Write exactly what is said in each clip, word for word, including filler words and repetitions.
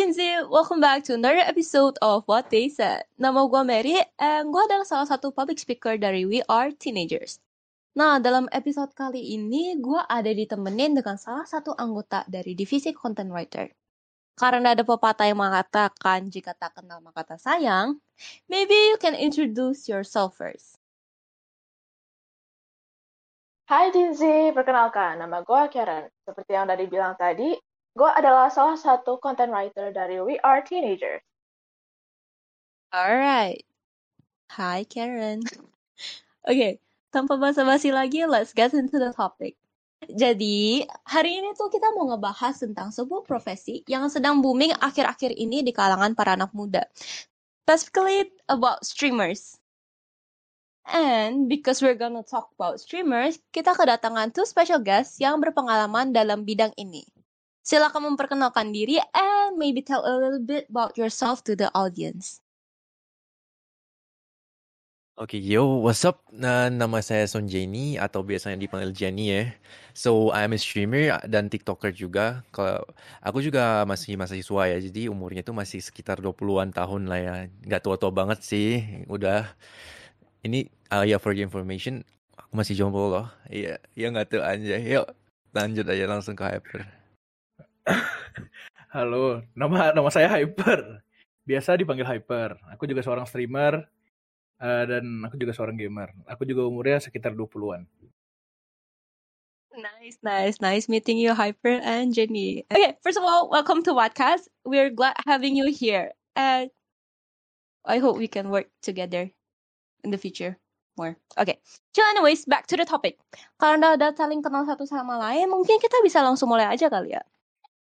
Dinzy, welcome back to another episode of What They Said. Nama gue Mary, and gue adalah salah satu public speaker dari We Are Teenagers. Nah, dalam episode kali ini, gue ada ditemenin dengan salah satu anggota dari divisi content writer. Karena ada pepatah yang mengatakan, jika tak kenal maka tak sayang, maybe you can introduce yourself first. Hai Dinzy, perkenalkan, nama gue Karen. Seperti yang tadi bilang tadi, gue adalah salah satu content writer dari We Are Teenagers. Alright. Hi Karen. Oke, okay, tanpa basa-basi lagi, let's get into the topic. Jadi, hari ini tuh kita mau ngebahas tentang sebuah profesi yang sedang booming akhir-akhir ini di kalangan para anak muda. Specifically about streamers. And because we're gonna talk about streamers, kita kedatangan two special guests yang berpengalaman dalam bidang ini. Silakan memperkenalkan diri and maybe tell a little bit about yourself to the audience. Oke, okay, yo, what's up? Nah, nama saya Son Jenny atau biasanya dipanggil Jenny ya. So, I'm a streamer dan TikToker juga. Kalau aku juga masih mahasiswa ya, jadi umurnya tuh masih sekitar dua puluhan tahun lah ya. Nggak tua-tua banget sih. Udah, ini uh, ya for your information, aku masih jomblo loh. Iya, ya nggak tuh anjay. Yuk, lanjut aja langsung ke Hyper. Halo, nama nama saya Hyper. Biasa dipanggil Hyper. Aku juga seorang streamer. Uh, dan aku juga seorang gamer. Aku juga umurnya sekitar dua puluhan. Nice, nice, nice meeting you, Hyper and Jenny. Okay, first of all, welcome to Podcast. We're glad having you here. And I hope we can work together in the future more. Okay, so anyways, back to the topic. Karena udah saling kenal satu sama lain, mungkin kita bisa langsung mulai aja kali ya.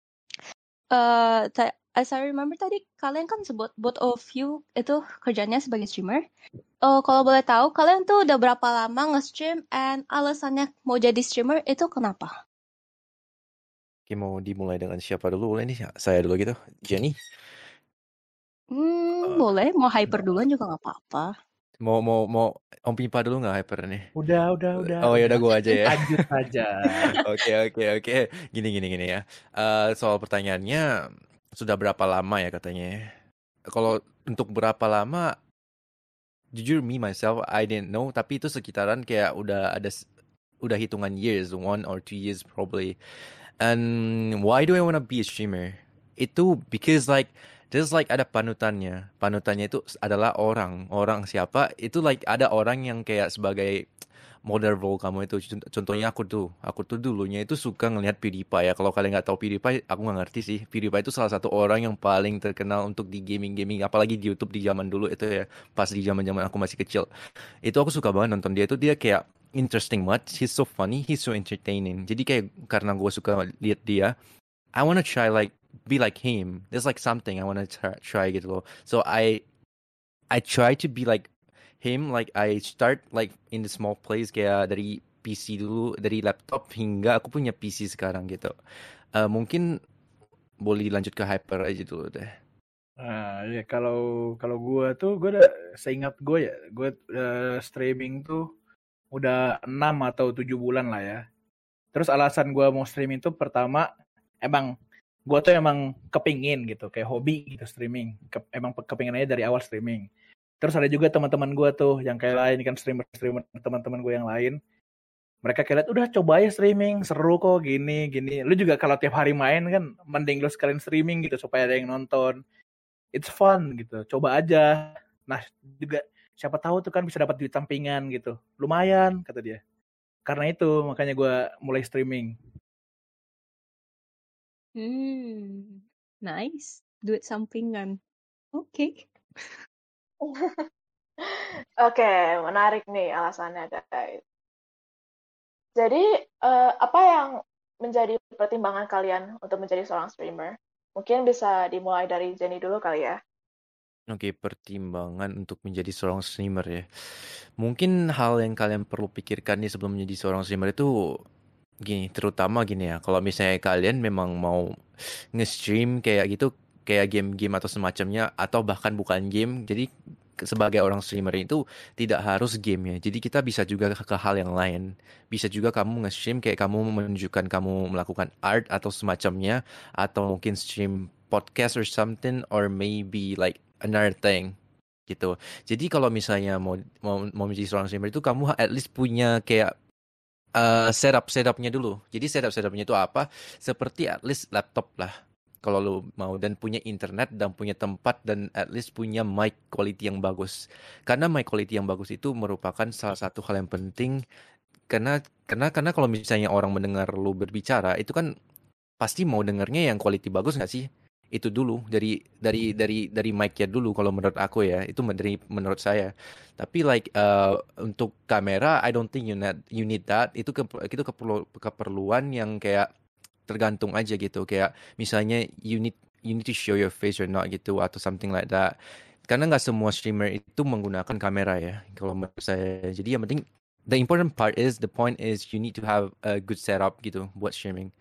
Uh, t- as I remember tadi, kalian kan sebut both of you itu kerjanya sebagai streamer. Uh, kalau boleh tahu, kalian tuh udah berapa lama nge-stream and alasannya mau jadi streamer itu kenapa? Oke, mau dimulai dengan siapa dulu? Boleh nih, saya dulu gitu. Jenny? Hmm, uh, boleh. Mau Hyper duluan juga nggak apa-apa. Mau mau mau Om Pipa dulu nggak Hyper nih? Udah, udah, udah. Oh ya udah gue aja ya. Lanjut aja. Oke, oke, oke. Gini, gini, gini ya. Uh, soal pertanyaannya, sudah berapa lama ya katanya? Kalau untuk berapa lama, jujur me myself I didn't know, tapi itu sekitaran kayak udah ada udah hitungan years, one or two years probably. And why do I wanna be a streamer? Itu because like there's like ada panutannya. Panutannya itu adalah orang. Orang siapa? Itu like ada orang yang kayak sebagai model role kamu itu. Contohnya aku tuh. Aku tuh dulunya itu suka ngelihat PewDiePie ya. Kalau kalian nggak tahu PewDiePie, aku nggak ngerti sih. PewDiePie itu salah satu orang yang paling terkenal untuk di gaming-gaming. Apalagi di YouTube di zaman dulu itu ya. Pas di zaman-zaman aku masih kecil. Itu aku suka banget nonton dia. Itu dia kayak interesting banget. He's so funny. He's so entertaining. Jadi kayak karena gue suka lihat dia, I wanna try like be like him. There's like something I wanna try, try gitu loh. So I I try to be like him, like I start like in the small place kayak dari P C dulu, dari laptop hingga aku punya P C sekarang gitu. Uh, mungkin boleh lanjut ke Hyper aja dulu deh. Nah, ya kalau kalau gue tuh gue udah seingat gue ya, gue uh, streaming tuh udah enam atau tujuh bulan lah ya. Terus alasan gue mau streaming tuh pertama emang gue tuh emang kepingin gitu, kayak hobi gitu streaming. Ke, emang kepingin aja dari awal streaming. Terus ada juga teman-teman gue tuh yang kayak lain kan streamer-streamer teman-teman gue yang lain. Mereka kayak liat, udah coba aja streaming, seru kok gini gini. Lu juga kalau tiap hari main kan mending lu sekalian streaming gitu supaya ada yang nonton. It's fun gitu. Coba aja. Nah, juga siapa tahu tuh kan bisa dapat duit sampingan gitu. Lumayan kata dia. Karena itu makanya gue mulai streaming. Hmm, nice. Duit sampingan. Oke. Okay. Oke, okay, menarik nih alasannya guys. Jadi, uh, apa yang menjadi pertimbangan kalian untuk menjadi seorang streamer? Mungkin bisa dimulai dari Jenny dulu kali ya. Oke, okay, pertimbangan untuk menjadi seorang streamer ya. Mungkin hal yang kalian perlu pikirkan nih sebelum menjadi seorang streamer itu gini, terutama gini ya. Kalau misalnya kalian memang mau nge-stream kayak gitu, kayak game-game atau semacamnya, atau bahkan bukan game, jadi sebagai orang streamer itu tidak harus game ya. Jadi kita bisa juga ke, ke hal yang lain. Bisa juga kamu nge-stream kayak kamu menunjukkan kamu melakukan art atau semacamnya, atau mungkin stream podcast or something, or maybe like another thing gitu. Jadi kalau misalnya mau mau mau menjadi seorang streamer itu kamu at least punya kayak uh, setup setupnya dulu. Jadi setup setupnya itu apa? Seperti at least laptop lah. Kalau lu mau, dan punya internet dan punya tempat dan at least punya mic quality yang bagus. Karena mic quality yang bagus itu merupakan salah satu hal yang penting, karena karena karena kalau misalnya orang mendengar lu berbicara itu kan pasti mau dengarnya yang quality bagus nggak sih? Itu dulu dari dari dari dari mic-nya dulu kalau menurut aku ya. Itu dari menurut saya. Tapi like uh, untuk kamera I don't think you need you need that. Itu ke, itu keperlu, keperluan yang kayak tergantung aja gitu, kayak misalnya you need you need to show your face or not gitu, atau something like that, karena nggak semua streamer itu menggunakan kamera ya kalau menurut saya. Jadi yang penting, the important part is the point is you need to have a good setup gitu buat streaming.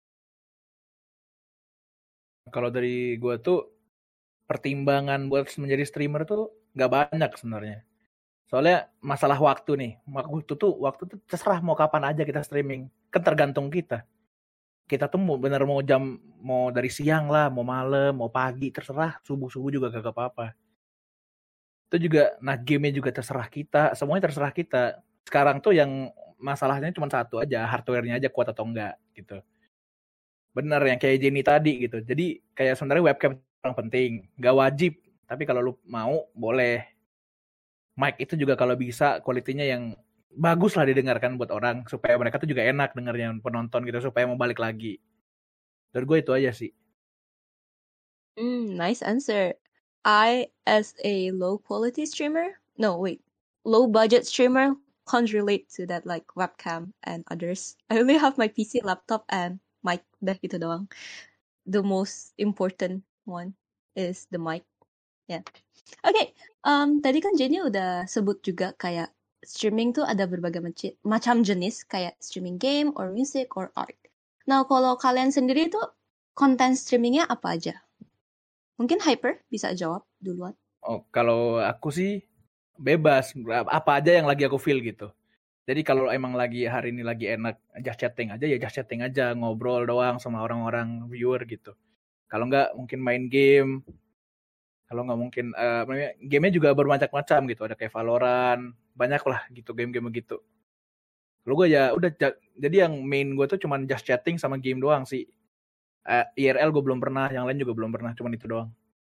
Kalau dari gue tuh pertimbangan buat menjadi streamer tuh nggak banyak sebenarnya. Soalnya masalah waktu nih, waktu tuh waktu tuh terserah mau kapan aja kita streaming, kan tergantung kita. Kita tuh mau bener mau jam, mau dari siang lah, mau malam, mau pagi, terserah. Subuh-subuh juga gak apa-apa. Itu juga, nah game-nya juga terserah kita, semuanya terserah kita. Sekarang tuh yang masalahnya cuma satu aja, hardware-nya aja kuat atau enggak gitu. Bener yang kayak Jenny tadi gitu. Jadi kayak sebenarnya webcam yang penting, gak wajib. Tapi kalau lu mau, boleh. Mic itu juga kalau bisa kualitinya yang bagus lah didengarkan buat orang, supaya mereka tuh juga enak dengarnya, penonton gitu, supaya mau balik lagi. Dari gue itu aja sih. Mm, nice answer. I, as a low quality streamer, no wait, low budget streamer, can't relate to that like webcam and others. I only have my P C, laptop, and mic. Dah gitu doang. The most important one is the mic. Ya. Yeah. Oke, okay, um, tadi kan Jenny udah sebut juga kayak streaming tuh ada berbagai maci- macam jenis, kayak streaming game, or music, or art. Nah, kalau kalian sendiri tuh konten streamingnya apa aja? Mungkin Hyper bisa jawab duluan. Oh, kalau aku sih bebas, apa aja yang lagi aku feel gitu. Jadi kalau emang lagi hari ini lagi enak just chatting aja, ya just chatting aja, ngobrol doang sama orang-orang viewer gitu. Kalau enggak mungkin main game. Kalau nggak mungkin, uh, game-nya juga bermacam-macam gitu. Ada kayak Valorant, banyak lah gitu game-game begitu. Kalau gue ya udah, jadi yang main gue tuh cuman just chatting sama game doang sih. Uh, I R L gue belum pernah, yang lain juga belum pernah, cuman itu doang.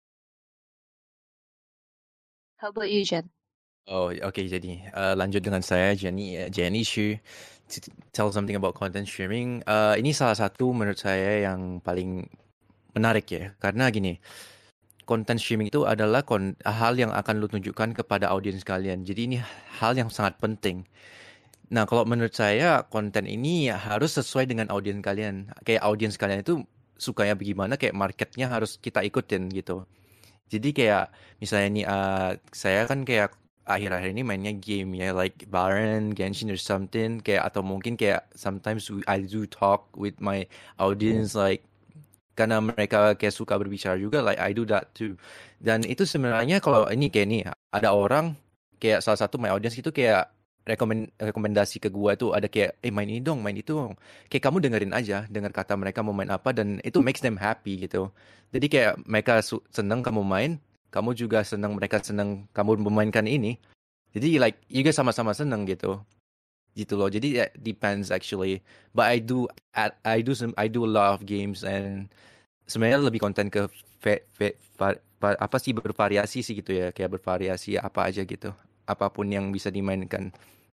How about you, Jen? Oh, oke, okay, jadi uh, lanjut dengan saya, Jenny. Uh, Jenny Xu, to tell something about content streaming. Uh, ini salah satu menurut saya yang paling menarik ya, karena gini. Konten streaming itu adalah kon- hal yang akan lu tunjukkan kepada audiens kalian. Jadi ini hal yang sangat penting. Nah, kalau menurut saya konten ini harus sesuai dengan audiens kalian. Kayak audiens kalian itu sukanya bagaimana, kayak marketnya harus kita ikutin gitu. Jadi kayak misalnya nih, uh, saya kan kayak akhir-akhir ini mainnya game ya, like Valorant, Genshin or something. Kayak atau mungkin kayak sometimes I do talk with my audience like, karena mereka kayak suka berbicara juga, like I do that too. Dan itu sebenarnya kalau ini kayak nih, ada orang kayak salah satu my audience itu kayak rekomend, rekomendasi ke gua tuh, ada kayak eh main ini dong, main itu dong. Kayak kamu dengerin aja, dengar kata mereka mau main apa, dan itu makes them happy gitu. Jadi kayak mereka su- seneng kamu main, kamu juga seneng mereka seneng kamu memainkan ini. Jadi like you guys sama-sama seneng gitu. Gitu loh. Jadi it depends actually. But I do I do some I do a lot of games, and sebenarnya lebih konten ke ve, ve, va, va, apa sih bervariasi sih gitu ya, kayak bervariasi apa aja gitu, apapun yang bisa dimainkan.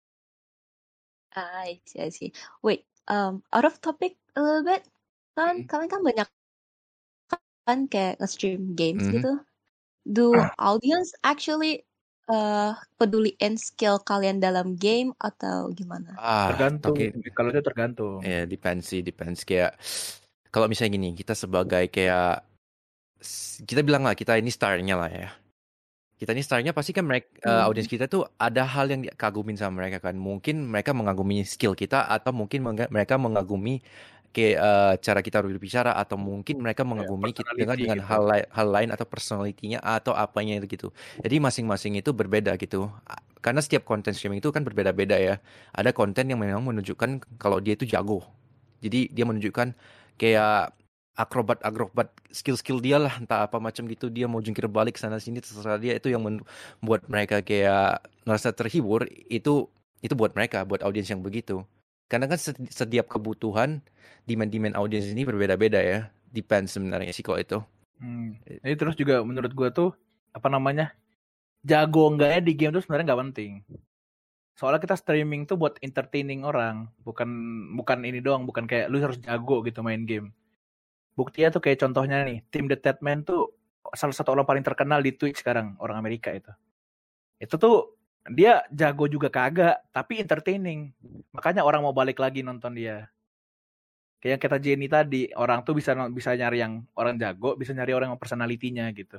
I see, I see. Wait, um, out of topic a little bit. Kan Mm-hmm. kalian kan banyak kan kayak nge-stream games Mm-hmm. gitu. Do audience actually uh, peduliin skill kalian dalam game atau gimana? Ah, Tergantung. okay. Kalau itu tergantung. Ya, yeah, depends sih, depends. Kayak kalau misalnya gini, kita sebagai kayak kita bilang lah kita ini starnya lah ya. Kita ini starnya pasti kan mereka uh, Hmm. audiens kita tuh ada hal yang dikagumin sama mereka kan. Mungkin mereka mengagumi skill kita, atau mungkin menga- mereka mengagumi kayak uh, cara kita berbicara, atau mungkin mereka mengagumi kita dengan personality dengan gitu. hal lai- hal lain, atau personalitinya, atau apanya itu gitu. Jadi masing-masing itu berbeda gitu. A- Karena setiap konten streaming itu kan berbeda-beda ya. Ada konten yang memang menunjukkan kalau dia itu jago. Jadi dia menunjukkan kayak akrobat-akrobat skill-skill dia lah, entah apa macam gitu, dia mau jungkir balik sana sini terserah dia, itu yang membuat mereka kayak merasa terhibur. itu itu buat mereka, buat audiens yang begitu. Karena kan setiap kebutuhan demand-demand audiens ini berbeda-beda ya, depends sebenarnya sih kok itu. Hmm. Jadi terus juga menurut gue tuh apa namanya, jago enggaknya di game tuh sebenarnya nggak penting. Soalnya kita streaming tuh buat entertaining orang, bukan bukan ini doang, bukan kayak lu harus jago gitu main game. Buktinya tuh kayak contohnya nih, Tim The Tatman tuh salah satu orang paling terkenal di Twitch sekarang, orang Amerika itu. Itu tuh dia jago juga kagak, tapi entertaining. Makanya orang mau balik lagi nonton dia. Kayak yang kata Jenny tadi, orang tuh bisa bisa nyari yang orang jago, bisa nyari orang yang personality-nya gitu.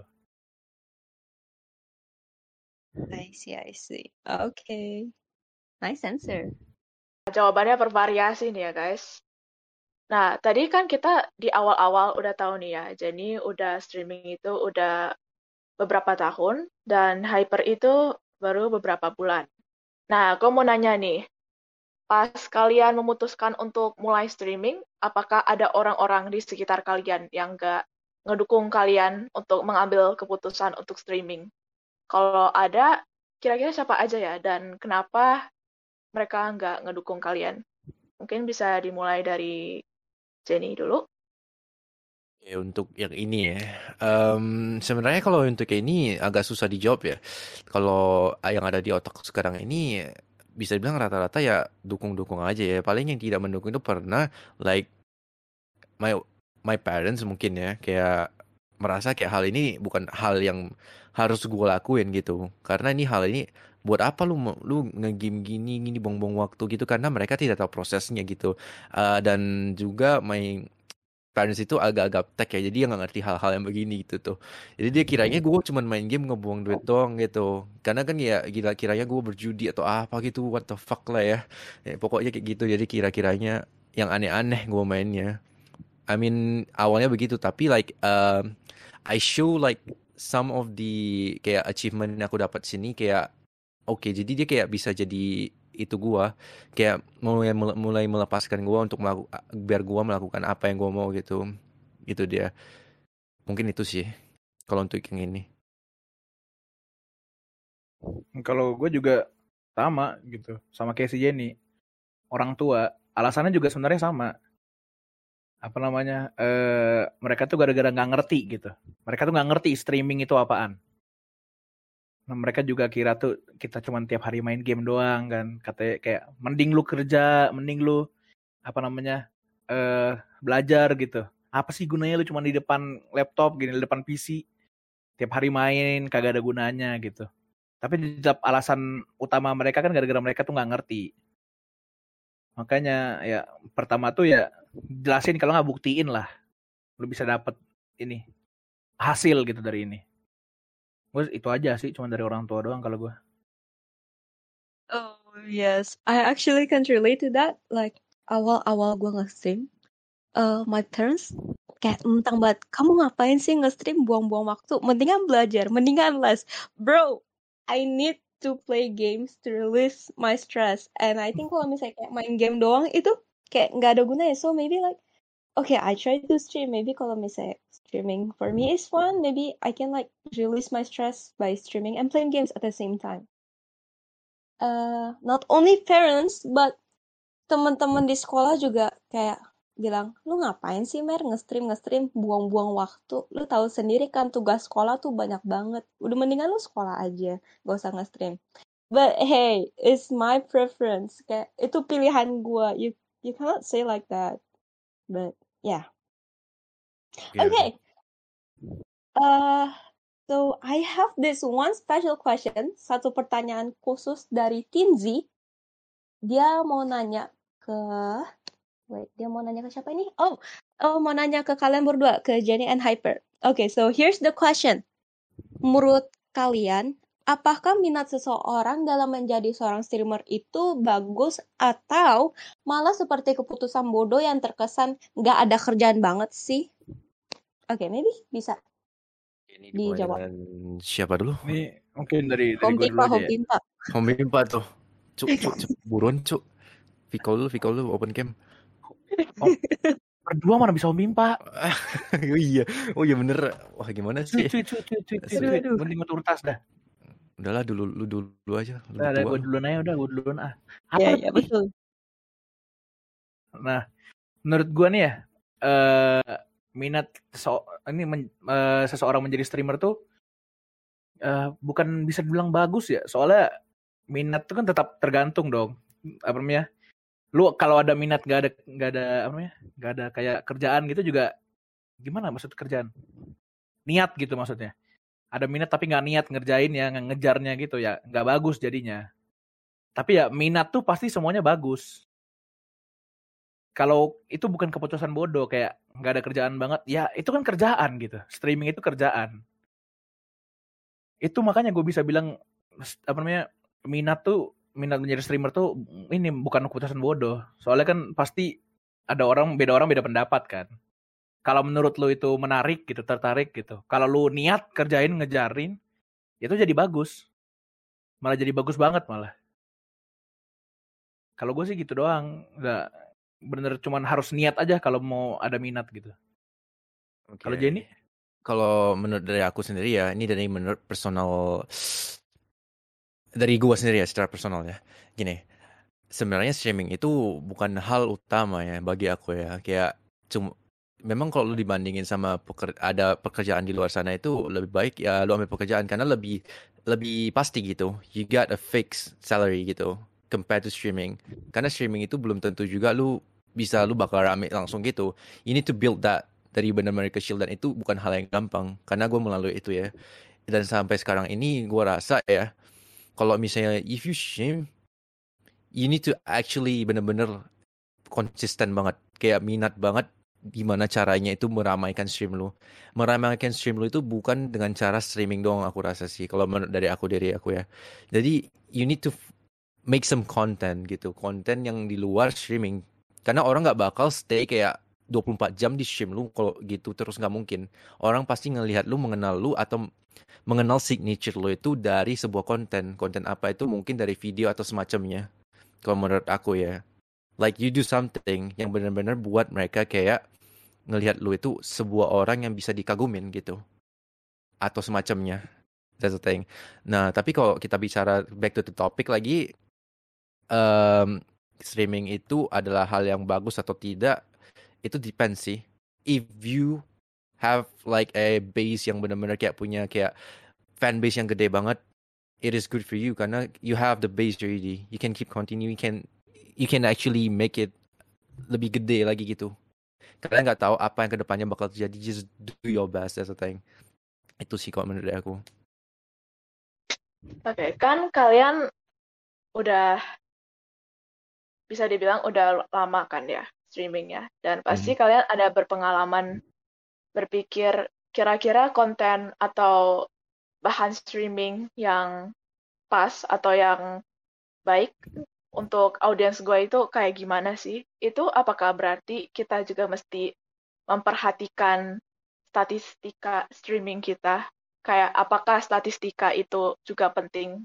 I see, I see. Okay. Nice answer. Jawabannya bervariasi nih ya guys. Nah, tadi kan kita di awal-awal udah tahu nih ya, Jenny udah streaming itu udah beberapa tahun, dan Hyper itu baru beberapa bulan. Nah, aku mau nanya nih, pas kalian memutuskan untuk mulai streaming, apakah ada orang-orang di sekitar kalian yang nggak ngedukung kalian untuk mengambil keputusan untuk streaming? Kalau ada, kira-kira siapa aja ya, dan kenapa mereka nggak ngedukung kalian? Mungkin bisa dimulai dari Jenny dulu. Ya, untuk yang ini ya, um, sebenarnya kalau untuk yang ini agak susah dijawab ya. Kalau yang ada di otak sekarang ini bisa dibilang rata-rata ya dukung-dukung aja ya. Paling yang tidak mendukung itu pernah like my my parents mungkin ya, kayak merasa kayak hal ini bukan hal yang harus gue lakuin gitu. Karena ini hal ini buat apa lu lu nge-game gini gini buang-buang waktu gitu, karena mereka tidak tahu prosesnya gitu. Uh, dan juga my parents itu agak-agak tech ya, jadi dia nggak ngerti hal-hal yang begini gitu tuh. Jadi dia kiranya gue cuma main game ngebuang duit doang gitu. Karena kan ya gila kiranya gue berjudi atau apa gitu, what the fuck lah ya. Ya, pokoknya kayak gitu. Jadi kira-kiranya yang aneh-aneh gue mainnya. I mean awalnya begitu, tapi like um, I show like some of the kayak achievement yang aku dapat sini kayak oke, okay, jadi dia kayak bisa jadi itu gua kayak mulai mulai melepaskan gua untuk melakukan, biar gua melakukan apa yang gua mau gitu. Itu dia. Mungkin itu sih kalau untuk yang ini. Kalau gue juga sama gitu, sama kayak si Jenny. Orang tua, alasannya juga sebenarnya sama. Apa namanya? Eh, mereka tuh gara-gara nggak ngerti gitu. Mereka tuh nggak ngerti streaming itu apaan. Nah, mereka juga kira tuh kita cuma tiap hari main game doang kan. Katanya kayak mending lu kerja, mending lu apa namanya? Eh, belajar gitu. Apa sih gunanya lu cuma di depan laptop gini, di depan P C. Tiap hari main kagak ada gunanya gitu. Tapi di dalam alasan utama mereka kan gara-gara mereka tuh nggak ngerti. Makanya ya pertama tuh ya jelasin, kalau nggak buktiin lah. Lu bisa dapet ini hasil gitu dari ini. Gue itu aja sih, cuma dari orang tua doang kalau gue. Oh yes, I actually can relate to that. Like awal-awal gue nge-stream, uh, my parents kayak mentang banget, kamu ngapain sih nge-stream buang-buang waktu? Mendingan belajar, mendingan les. Bro, I need to play games to release my stress. And I think kalau misalnya kayak main game doang itu kayak nggak ada gunanya. So maybe like, okay, I try to stream. Maybe kalau misalnya streaming for me is fun, maybe I can like release my stress by streaming and playing games at the same time. Uh, not only parents, but teman-teman di sekolah juga kayak bilang, lu ngapain sih Mer nge-stream nge-stream buang-buang waktu, lu tahu sendiri kan tugas sekolah tuh banyak banget, udah mendingan lu sekolah aja gak usah nge-stream. But hey, it's my preference, kayak itu pilihan gue. you you cannot say like that, but yeah. Okay, okay. Uh, so I have this one special question, satu pertanyaan khusus dari Tinzi. Dia mau nanya ke Wait, dia mau nanya ke siapa ini? Oh, oh mau nanya ke kalian berdua, ke Jenny and Hyper. Okay, so here's the question. Menurut kalian, apakah minat seseorang dalam menjadi seorang streamer itu bagus atau malah seperti keputusan bodoh yang terkesan nggak ada kerjaan banget sih? Oke, okay, maybe bisa ini dijawab. Siapa dulu? Ini mungkin dari, dari Home gue dulu Pimpa, aja Home ya. Pimpa. Home Pimpa tuh. Cuk, cuk, cuk. Buruan, cuk. Viko dulu, Viko dulu, open cam. Om, Berdua mana bisa mimpa. Oh iya, oh iya bener. Wah gimana Cuit, sih? cuit, cuit, cuit, cuit, cuit, Aduh, cuit. aduh. Mending tur tas dah. Udahlah dulu lu dulu aja, lebih Udah, udah tua gue lu. duluan aja, udah gue duluan ah. Ya, Apa ya nih? betul. Nah, menurut gue nih ya, eh minat so, ini men, eh, seseorang menjadi streamer tuh eh, bukan bisa dibilang bagus ya, soalnya minat tuh kan tetap tergantung dong. Apa namanya? Lu kalau ada minat gak ada gak ada apa namanya? Gak ada kayak kerjaan gitu juga gimana maksud kerjaan? Niat gitu maksudnya. Ada minat tapi nggak niat ngerjain ya, ngejarnya gitu ya, nggak bagus jadinya. Tapi ya minat tuh pasti semuanya bagus. Kalau itu bukan keputusan bodoh kayak nggak ada kerjaan banget, ya itu kan kerjaan gitu. Streaming itu kerjaan. Itu makanya gue bisa bilang apa namanya minat tuh minat menjadi streamer tuh ini bukan keputusan bodoh. Soalnya kan pasti ada orang beda orang beda pendapat kan. Kalau menurut lu itu menarik gitu, tertarik gitu. Kalau lu niat kerjain ngejarin, itu jadi bagus. Malah jadi bagus banget malah. Kalau gue sih gitu doang, nggak bener cuman harus niat aja kalau mau ada minat gitu. Oke. Kalau Jenny? Kalau menurut dari aku sendiri ya, ini dari menurut personal dari gua sendiri ya, secara personal ya. Gini, sebenarnya streaming itu bukan hal utama ya bagi aku ya. Kayak cuma memang kalau lu dibandingin sama peker, ada pekerjaan di luar sana itu lebih baik ya lu ambil pekerjaan karena lebih lebih pasti gitu. You got a fixed salary gitu compared to streaming. Karena streaming itu belum tentu juga lu bisa lu bakal rame langsung gitu. You need to build that dari benar-benar kecil dan itu bukan hal yang gampang karena gue melalui itu ya. Dan sampai sekarang ini gue rasa ya kalau misalnya if you stream you need to actually benar-benar konsisten banget kayak minat banget gimana caranya itu meramaikan stream lu. Meramaikan stream lu itu bukan dengan cara streaming doang aku rasa sih kalau menurut dari aku dari aku ya. Jadi you need to make some content gitu, konten yang di luar streaming. Karena orang nggak bakal stay kayak dua puluh empat jam di stream lu kalau gitu terus nggak mungkin. Orang pasti ngelihat lu, mengenal lu atau mengenal signature lu itu dari sebuah konten. Konten apa itu mungkin dari video atau semacamnya. Kalau menurut aku ya. Like you do something yang benar-benar buat mereka kayak ngelihat lu itu sebuah orang yang bisa dikagumin gitu. Atau semacamnya. That's the thing. Nah, tapi kalau kita bicara back to the topic lagi, um, streaming itu adalah hal yang bagus atau tidak, itu depends sih. If you have like a base yang benar-benar kayak punya kayak fan base yang gede banget, it is good for you karena you have the base already. You can keep continue, you can you can actually make it lebih gede lagi gitu. Kalian nggak tahu apa yang kedepannya bakal terjadi. Just do your best, that's the thing. Itu sih kalau menurut aku. Oke, okay, kan kalian udah bisa dibilang udah lama kan ya streamingnya, dan pasti Hmm. kalian ada berpengalaman berpikir kira-kira konten atau bahan streaming yang pas atau yang baik untuk audiens gue itu kayak gimana sih? Itu apakah berarti kita juga mesti memperhatikan statistika streaming kita? Kayak apakah statistika itu juga penting?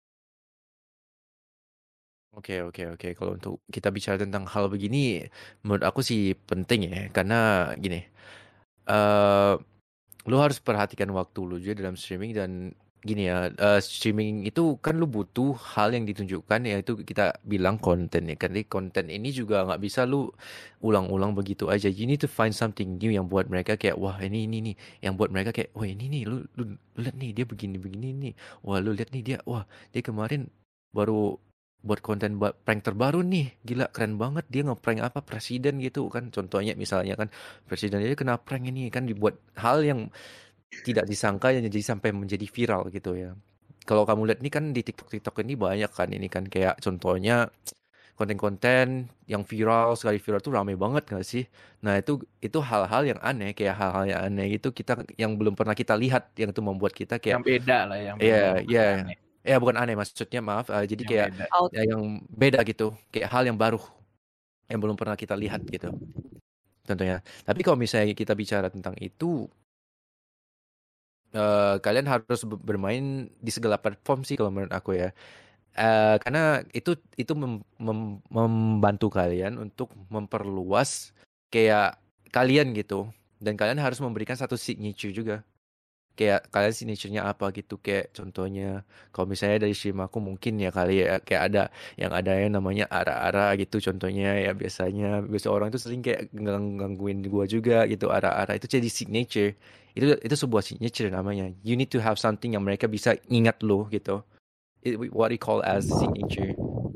Oke, oke, oke. Kalau untuk kita bicara tentang hal begini, menurut aku sih penting ya. Karena gini, uh, lu harus perhatikan waktu lu juga dalam streaming dan gini ya, uh, streaming itu kan lu butuh hal yang ditunjukkan yaitu kita bilang konten ya. Karena konten ini juga nggak bisa lu ulang-ulang begitu aja. You need to find something new yang buat mereka kayak wah ini ini nih, yang buat mereka kayak wah ini nih lu lu, lu lihat nih dia begini begini nih. Wah lu lihat nih dia, wah dia kemarin baru buat konten buat prank terbaru nih, gila keren banget dia ngeprank apa presiden gitu kan, contohnya misalnya kan presiden dia kena prank ini kan, dibuat hal yang tidak disangka yang jadi sampai menjadi viral gitu ya. Kalau kamu lihat nih kan di TikTok TikTok ini banyak kan ini kan kayak contohnya konten-konten yang viral sekali viral tuh ramai banget gak sih? Nah itu itu hal-hal yang aneh kayak hal-hal yang aneh itu kita yang belum pernah kita lihat yang itu membuat kita kayak yang beda lah yang iya beda. iya Aneh. ya bukan aneh maksudnya maaf uh, jadi Yang kayak beda. Out. ya, yang beda gitu kayak hal yang baru yang belum pernah kita lihat gitu contohnya. Tapi kalau misalnya kita bicara tentang itu uh, kalian harus be- bermain di segala platform sih kalau menurut aku ya. Uh, karena itu itu mem- mem- membantu kalian untuk memperluas kayak kalian gitu. Dan kalian harus memberikan satu signature juga. Kayak kalian signature-nya apa gitu. Kayak contohnya kalau misalnya dari stream aku mungkin ya kali ya kayak ada yang ada yang namanya ara-ara gitu contohnya ya biasanya biasa orang itu sering kayak gang- gangguin gua juga gitu ara-ara itu jadi signature. Itu itu sebuah signature namanya. You need to have something yang mereka bisa ingat lo gitu. It, what we call as signature.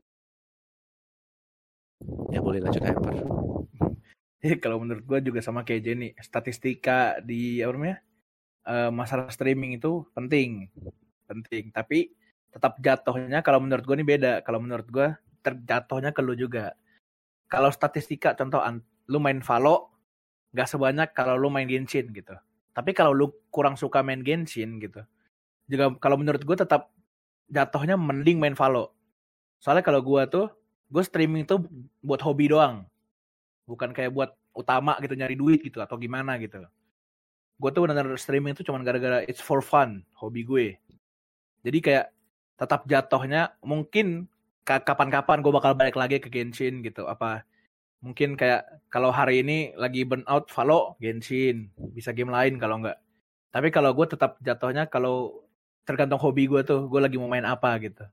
Ya boleh lanjut Hyper. Jadi kalau menurut gue juga sama kayak Jenny, statistika di apa namanya uh, masalah streaming itu penting, penting. Tapi tetap jatuhnya kalau menurut gue ini beda. Kalau menurut gue terjatuhnya ke lu juga. Kalau statistika contoh lu main Valo nggak sebanyak kalau lu main Genshin gitu. Tapi kalau lu kurang suka main Genshin gitu, juga kalau menurut gue tetap jatuhnya mending main Valo. Soalnya kalau gue tuh gue streaming tuh buat hobi doang. Bukan kayak buat utama gitu nyari duit gitu atau gimana gitu. Gue tuh benar-benar streaming itu cuma gara-gara it's for fun, hobi gue. Jadi kayak tetap jatuhnya mungkin kapan-kapan gue bakal balik lagi ke Genshin gitu. Apa mungkin kayak kalau hari ini lagi burn out Valo, Genshin, bisa game lain kalau enggak. Tapi kalau gue tetap jatuhnya kalau tergantung hobi gue tuh, gue lagi mau main apa gitu.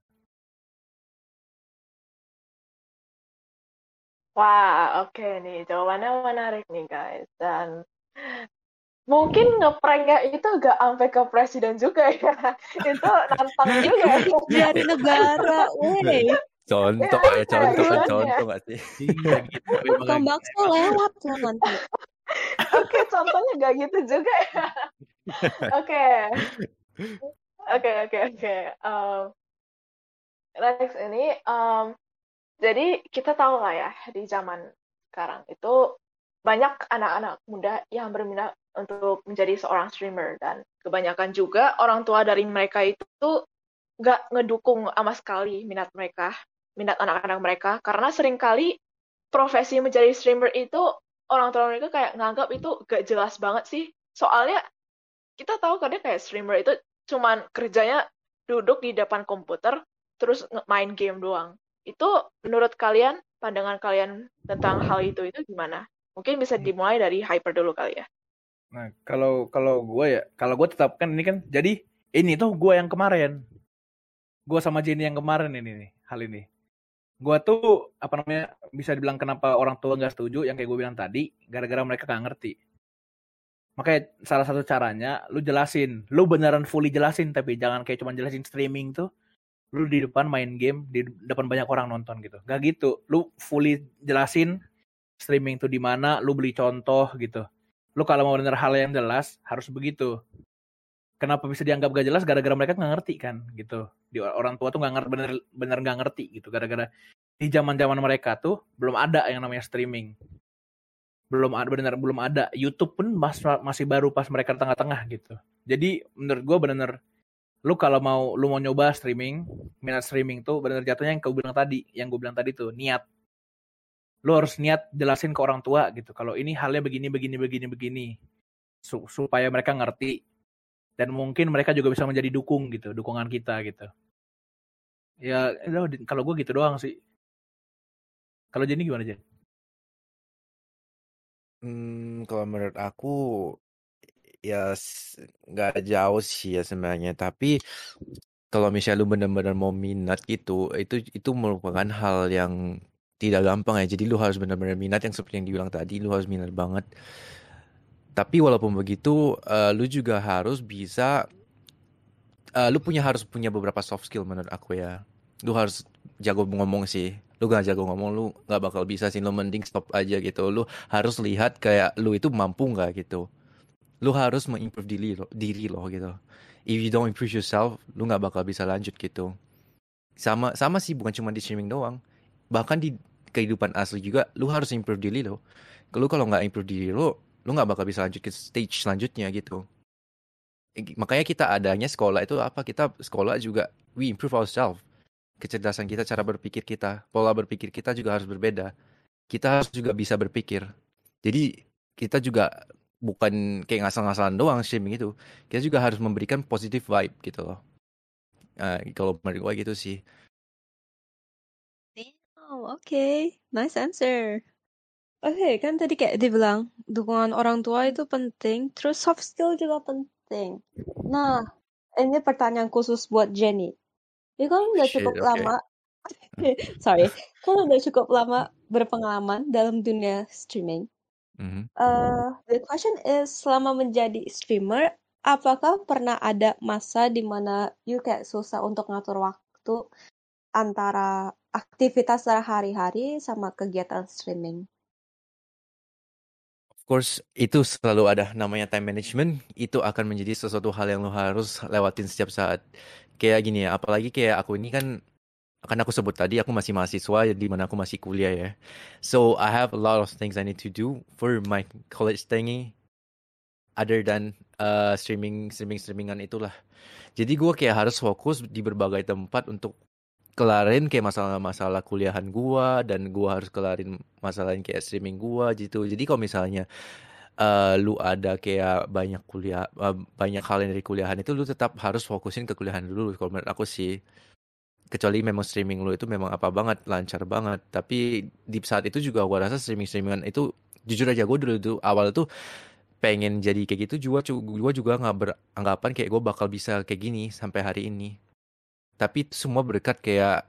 Wah, oke nih. Jawabannya menarik nih, guys. Dan mungkin ngeprank itu gak sampai ke presiden juga ya. Itu nantang juga ya. Dari negara, weh. Contoh ya, contoh kan contoh gak sih? Iya gitu. Tukang bakso lewat lah nanti. Oke, contohnya gak gitu juga ya. Oke. Oke, oke, oke. Um, Next ini, um, jadi kita tahu lah ya, di zaman sekarang itu banyak anak-anak muda yang berminat untuk menjadi seorang streamer. Dan kebanyakan juga orang tua dari mereka itu nggak ngedukung sama sekali minat mereka, minat anak-anak mereka. Karena seringkali profesi menjadi streamer itu, orang tua mereka kayak nganggap itu gak jelas banget sih. Soalnya kita tahu kadang kayak streamer itu cuman kerjanya duduk di depan komputer, terus main game doang. Itu menurut kalian, pandangan kalian tentang hal itu itu gimana? Mungkin bisa dimulai dari Hyper dulu kali ya. Nah, kalau kalau gue ya, kalau gue tetap kan ini kan, jadi ini tuh gue yang kemarin, gue sama Jenny yang kemarin ini nih, hal ini. Gue tuh apa namanya bisa dibilang kenapa orang tua nggak setuju, yang kayak gue bilang tadi, gara-gara mereka nggak ngerti. Makanya salah satu caranya, lu jelasin, lu beneran fully jelasin, tapi jangan kayak cuma jelasin streaming tuh. Lu di depan main game, di depan banyak orang nonton gitu. Gak gitu. Lu fully jelasin streaming tuh di mana, lu beli contoh gitu. Lu kalau mau bener hal yang jelas, harus begitu. Kenapa bisa dianggap gak jelas? Gara-gara mereka gak ngerti kan gitu. Di orang tua tuh gak ngerti, bener, bener gak ngerti gitu. Gara-gara di zaman-zaman mereka tuh belum ada yang namanya streaming. Belum ada, bener belum ada. YouTube pun mas, masih baru pas mereka tengah-tengah gitu. Jadi menurut gue bener-bener lu kalau mau lu mau nyoba streaming, minat streaming tuh benar jatuhnya yang gue bilang tadi, yang gue bilang tadi tuh niat. Lu harus niat jelasin ke orang tua gitu. Kalau ini halnya begini begini begini begini. Su- supaya mereka ngerti dan mungkin mereka juga bisa menjadi dukung gitu, dukungan kita gitu. Ya, kalau gue gitu doang sih. Kalau Jenny gimana, Jen? Hmm, kalau menurut aku ya nggak jauh sih ya sebenarnya, tapi kalau misalnya lu benar-benar mau minat gitu, itu itu merupakan hal yang tidak gampang ya. Jadi lu harus benar-benar minat yang seperti yang dibilang tadi, lu harus minat banget. Tapi walaupun begitu, uh, lu juga harus bisa, uh, lu punya harus punya beberapa soft skill menurut aku ya. Lu harus jago ngomong sih. Lu gak jago ngomong, lu gak bakal bisa sih. Lu mending stop aja gitu. Lu harus lihat kayak lu itu mampu gak gitu. Lu harus mengimprove diri lo, diri lo gitu. If you don't improve yourself, lu nggak bakal bisa lanjut gitu. Sama sama sih, bukan cuma di streaming doang. Bahkan di kehidupan asli juga, lu harus improve diri lo. Kalau kalau nggak improve diri lo, lu nggak bakal bisa lanjut ke stage selanjutnya gitu. Makanya kita adanya sekolah itu apa? Kita sekolah juga we improve ourselves. Kecerdasan kita, cara berpikir kita, pola berpikir kita juga harus berbeda. Kita harus juga bisa berpikir. Jadi kita juga bukan kayak ngasal-ngasalan doang streaming itu. Kita juga harus memberikan positive vibe gitu loh. Nah, kalau menurut gue gitu sih. Oh, oke. Okay. Nice answer. Oke, kan tadi kayak dibilang dukungan orang tua itu penting, terus soft skill juga penting. Nah, ini pertanyaan khusus buat Jenny. Dia kan udah Shit, cukup oke. lama, sorry, kan udah cukup lama berpengalaman dalam dunia streaming. Mhm. Uh, the question is, selama menjadi streamer, apakah pernah ada masa di mana you kayak susah untuk ngatur waktu antara aktivitas sehari-hari sama kegiatan streaming? Of course, itu selalu ada namanya time management. Itu akan menjadi sesuatu hal yang lo harus lewatin setiap saat. Kayak gini ya, apalagi kayak aku ini kan, kan aku sebut tadi aku masih mahasiswa di mana aku masih kuliah ya. So I have a lot of things I need to do for my college thingy other than uh, streaming streaming streamingan itulah. Jadi gue kayak harus fokus di berbagai tempat untuk kelarin kayak masalah-masalah kuliahan gue, dan gue harus kelarin masalah yang kayak streaming gue gitu. Jadi kalau misalnya uh, lu ada kayak banyak kuliah, uh, banyak hal yang dari kuliahan itu, lu tetap harus fokusin ke kuliahan dulu kalau menurut aku sih. Kecuali memang streaming lu itu memang apa banget, lancar banget. Tapi di saat itu juga gue rasa streaming-streamingan itu, jujur aja gue dulu tuh awal tuh pengen jadi kayak gitu juga, gue juga nggak beranggapan kayak gue bakal bisa kayak gini sampai hari ini. Tapi itu semua berkat kayak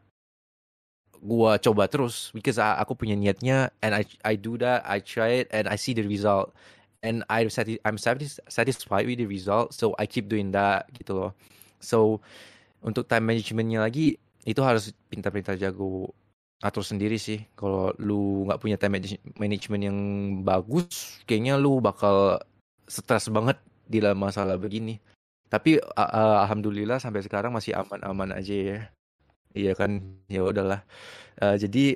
gue coba terus, because I, aku punya niatnya, and I I do that, I try it, and I see the result, and I'm sati- I'm satis- satisfied with the result, so I keep doing that gitu loh. So untuk time managementnya lagi, itu harus pintar-pintar jago atur sendiri sih. Kalau lu nggak punya time manage- management yang bagus, kayaknya lu bakal stres banget di dalam masalah begini. Tapi uh, uh, alhamdulillah sampai sekarang masih aman-aman aja ya. Iya kan, ya udahlah. Uh, jadi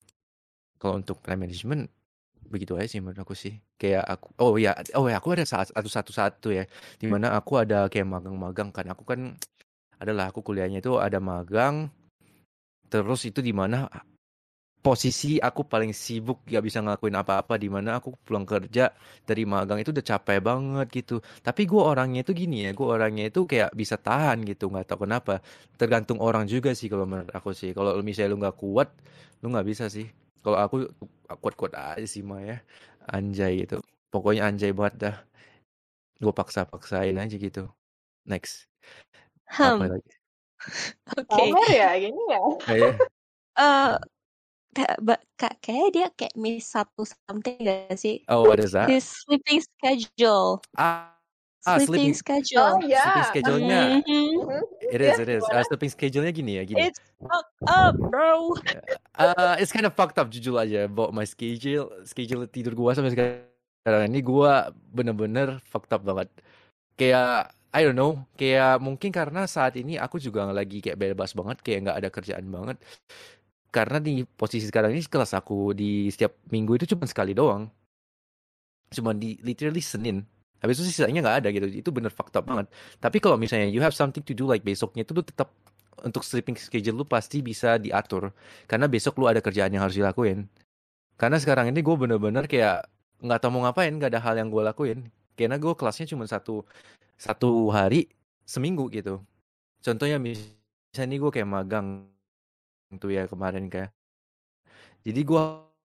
kalau untuk time management begitu aja sih menurut aku sih. Kayak aku, oh ya, oh ya, aku ada saat satu satu satu ya, dimana aku ada kayak magang-magang kan. Aku kan adalah aku kuliahnya itu ada magang, terus itu dimana posisi aku paling sibuk, gak bisa ngelakuin apa-apa, di mana aku pulang kerja dari magang itu udah capek banget gitu. Tapi gue orangnya itu gini ya, gue orangnya itu kayak bisa tahan gitu, nggak tahu kenapa. Tergantung orang juga sih kalau menurut aku sih. Kalau misalnya lu nggak kuat, lu nggak bisa sih. Kalau aku kuat-kuat aja sih mah ya, anjay gitu. Pokoknya anjay banget dah. Gue paksa-paksain aja gitu. Next, apa Hmm, lagi? oke. Pamer ya gini ya. Eh, Eh, kayak ba- ka- kayaknya dia kayak miss satu something gak sih? oh, what is that? His sleeping schedule. Ah, ah Sleeping sleeping Oh schedule. sleeping ya. schedule-nya. Mhm. Mhm. It Ya, is, it is. gimana? Uh, sleeping schedule-nya gini ya, gini. It's fucked up, bro. Uh, it's kind of fucked up jujur aja about my schedule. Schedule tidur gua sampai sekarang ini gua bener-bener fucked up banget. Kayak I don't know, kayak mungkin karena saat ini aku juga lagi kayak bebas banget, kayak nggak ada kerjaan banget. Karena di posisi sekarang ini kelas aku di setiap minggu itu cuma sekali doang. Cuma di literally Senin. Habis itu sisanya nggak ada gitu. Itu bener fucked up banget. Tapi kalau misalnya you have something to do like besoknya itu lu tetap untuk sleeping schedule lu pasti bisa diatur. Karena besok lu ada kerjaan yang harus dilakuin. Karena sekarang ini gue bener-bener kayak nggak tahu mau ngapain, nggak ada hal yang gue lakuin. Karena gue kelasnya cuma satu satu hari seminggu gitu. Contohnya misalnya nih gue kayak magang tuh ya kemarin kayak. Jadi gue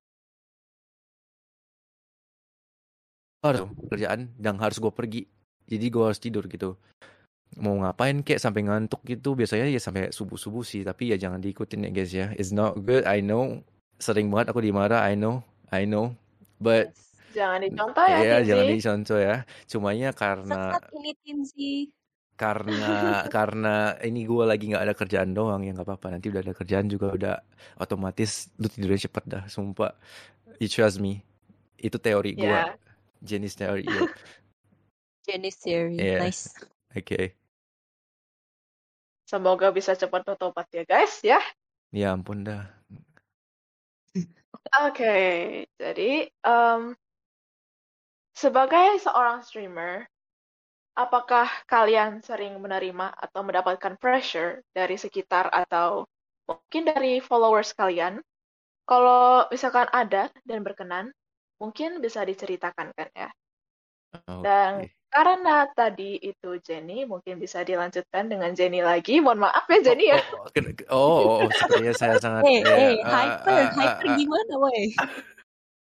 harus kerjaan dan harus gue pergi. Jadi gue harus tidur gitu. Mau ngapain kayak sampai ngantuk gitu, biasanya ya sampai subuh-subuh sih, tapi ya jangan diikutin ya guys ya. It's not good, I know. Sering banget aku dimarah, I know, I know. But Jangan dicontoh ya, ya jangan Tinzi. dicontoh ya. Cumanya karena Sekat ini Tinzi. karena karena ini gue lagi nggak ada kerjaan doang, ya nggak apa-apa. Nanti udah ada kerjaan juga udah otomatis lu tidurnya cepet dah, sumpah. You trust me. Itu teori gue, Ya. jenis teori gue. Jenny's theory. Yeah. Nice. Oke. Okay. Semoga bisa cepat bertobat ya guys ya. Ya ampun dah. Oke, okay, jadi um, sebagai seorang streamer, apakah kalian sering menerima atau mendapatkan pressure dari sekitar atau mungkin dari followers kalian? Kalau misalkan ada dan berkenan, mungkin bisa diceritakan kan ya. Okay. Dan karena tadi itu Jenny, mungkin bisa dilanjutkan dengan Jenny lagi. Mohon maaf ya Jenny ya. Oh, oh, oh, oh, oh sepertinya saya sangat. Eh, ya, eh, uh, hyper, uh, hyper uh, uh, gimana, woi?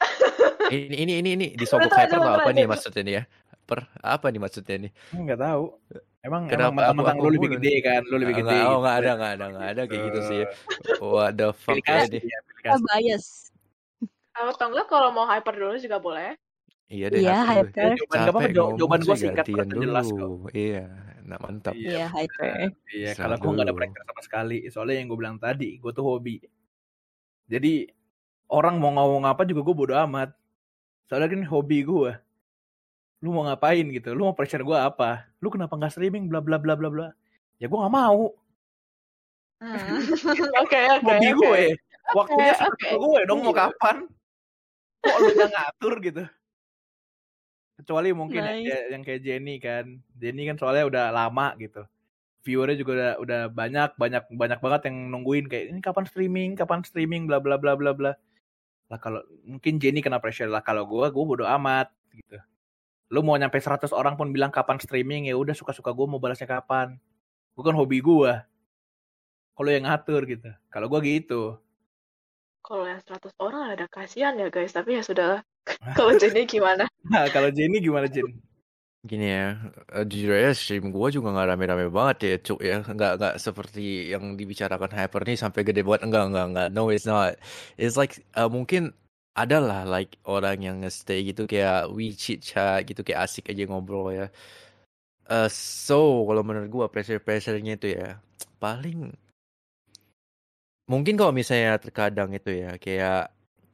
Ini ini ini ini Udah disogok tahu hyper atau apa jawabannya nih tuh. maksudnya nih ya? Per apa nih maksudnya nih? Enggak tahu. Emang emang Kenapa aku mentang-mentang aku lu lebih mulu nih? gede kan, lu lebih Enggak, gede oh gitu. enggak ada Ya, enggak ada enggak ada kayak gitu sih. gitu. What the fuck Pilih ya kasih nih? ya, pilih Kita kasih. bias. Atau enggak kalau mau hyper dulu juga boleh. Iya deh Iya, hyper dulu. Ya, hyper. jawaban gak apa-apa, Capek jaw- ngomong jawaban sih gue singkat, gantian padat, jelas dulu. kok. Iya, nah mantap. Iya, Iya, hyper. benar. Iya, Istirahat kalau gue nggak ada dulu. pressure sama sekali. Soalnya yang gue bilang tadi, gue tuh hobi. Jadi orang mau ngomong apa juga gue bodo amat. Soalnya kan hobi gue. Lu mau ngapain gitu? Lu mau pressure gue apa? Lu kenapa nggak streaming? Bla bla bla bla bla. Ya gue nggak mau. Hmm. Oke, oke, Hobi oke. gue. Waktunya Oke, seperti oke. gue dong. Mau Iya. kapan? Kok lu yang ngatur gitu? Kecuali mungkin yang, Nice. kayak- yang kayak Jenny kan. Jenny kan soalnya udah lama gitu. Viewernya juga udah, udah banyak banyak banyak banget yang nungguin kayak ini kapan streaming, kapan streaming, bla bla bla bla bla. Lah kalau mungkin Jenny kena pressure lah, kalau gue gue bodo amat gitu. Lu mau nyampe seratus orang pun bilang kapan streaming, ya udah suka-suka gue mau balasnya kapan. Bukan hobi gue. Kalau yang ngatur gitu. Kalau gue gitu. Kalau yang seratus orang ada kasihan ya guys, tapi ya sudah. Kalau Jenny gimana? Nah, kalau Jenny gimana Jen? Gini ya, eh, jujur aja stream gua juga nggak rame-rame banget ya, cuk ya. Nggak nggak seperti yang dibicarakan hyper nih sampai gede banget. Enggak enggak enggak. No, it's not. It's like eh, mungkin ada lah like orang yang nge-stay gitu kayak we chit chat gitu kayak asik aja ngobrol ya. Eh so kalau menurut gua pressure-pressurenya itu ya paling mungkin kalau misalnya terkadang itu ya kayak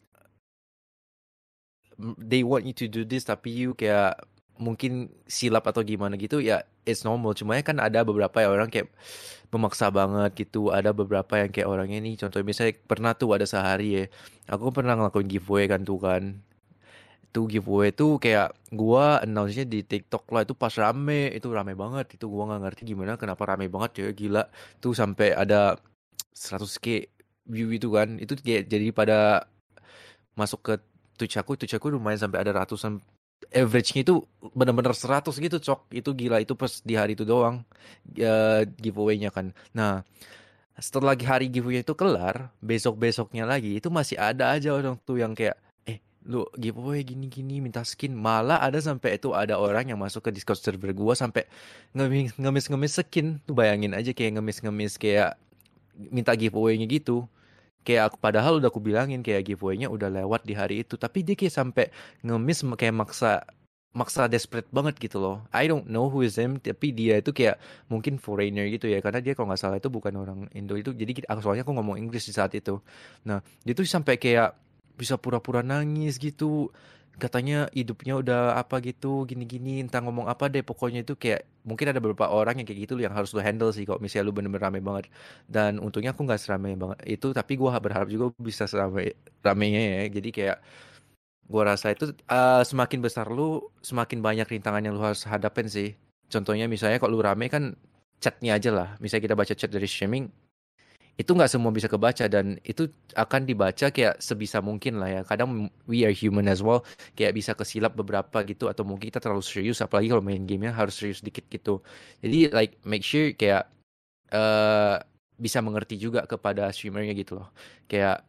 mm, they want you to do this tapi you kayak mungkin silap atau gimana gitu ya it's normal, cuma ya kan ada beberapa ya orang kayak memaksa banget gitu, ada beberapa yang kayak orangnya nih contohnya misalnya pernah tuh ada sehari ya aku pernah ngelakuin giveaway kan tuh kan tuh giveaway tuh kayak gua announce-nya di TikTok lah, itu pas rame, itu rame banget, itu gua nggak ngerti gimana kenapa rame banget ya, gila tuh sampai ada seratus k view itu kan, itu kayak jadi pada masuk ke Twitch aku, Twitch aku lumayan sampai ada ratusan, average-nya itu benar-benar seratus gitu cok, itu gila, itu pas di hari itu doang uh, giveaway-nya kan. Nah setelah hari giveaway itu kelar, besok-besoknya lagi itu masih ada aja orang tuh yang kayak eh lu giveaway gini-gini minta skin, malah ada sampai itu ada orang yang masuk ke Discord server gua sampai ngemis ngemis ngemis skin tuh, bayangin aja kayak ngemis ngemis kayak minta giveaway-nya gitu. Kayak aku padahal udah aku bilangin kayak giveaway-nya udah lewat di hari itu, tapi dia kayak sampai ngemis kayak maksa maksa desperate banget gitu loh. I don't know who is him, tapi dia itu kayak mungkin foreigner gitu ya, karena dia kalau nggak salah itu bukan orang Indo itu. Jadi aku soalnya aku ngomong Inggris di saat itu. Nah dia tuh sampai kayak bisa pura-pura nangis gitu. Katanya hidupnya udah apa gitu, gini-gini, entah ngomong apa deh. Pokoknya itu kayak mungkin ada beberapa orang yang kayak gitu yang harus lo handle sih kalau misalnya lu bener-bener rame banget. Dan untungnya aku nggak seramai banget itu, tapi gue berharap juga bisa seramai ramenya ya. Jadi kayak gue rasa itu uh, semakin besar lu, semakin banyak rintangan yang lu harus hadapin sih. Contohnya misalnya kalau lu rame kan chatnya aja lah. Misalnya kita baca chat dari streaming, itu nggak semua bisa kebaca dan itu akan dibaca kayak sebisa mungkin lah ya. Kadang we are human as well, kayak bisa kesilap beberapa gitu atau mungkin kita terlalu serius, apalagi kalau main gamenya harus serius dikit gitu. Jadi like make sure kayak uh, bisa mengerti juga kepada streamernya gitu loh. Kayak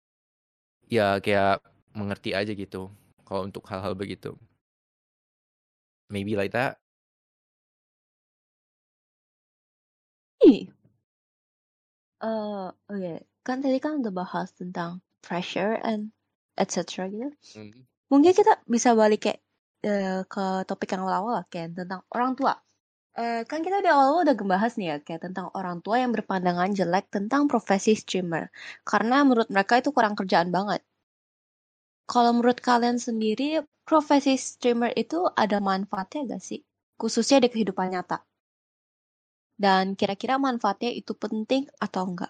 ya kayak mengerti aja gitu kalau untuk hal-hal begitu. Maybe like that. Ih. Uh, oh ya, kan tadi kan udah bahas tentang pressure and et cetera gitu. Mm. Mungkin kita bisa balik kayak uh, ke topik yang awal-awal kayak tentang orang tua. Uh, kan kita di awal udah ngebahas nih ya kayak tentang orang tua yang berpandangan jelek tentang profesi streamer karena menurut mereka itu kurang kerjaan banget. Kalau menurut kalian sendiri profesi streamer itu ada manfaatnya gak sih? Khususnya di kehidupan nyata. Dan kira-kira manfaatnya itu penting atau enggak?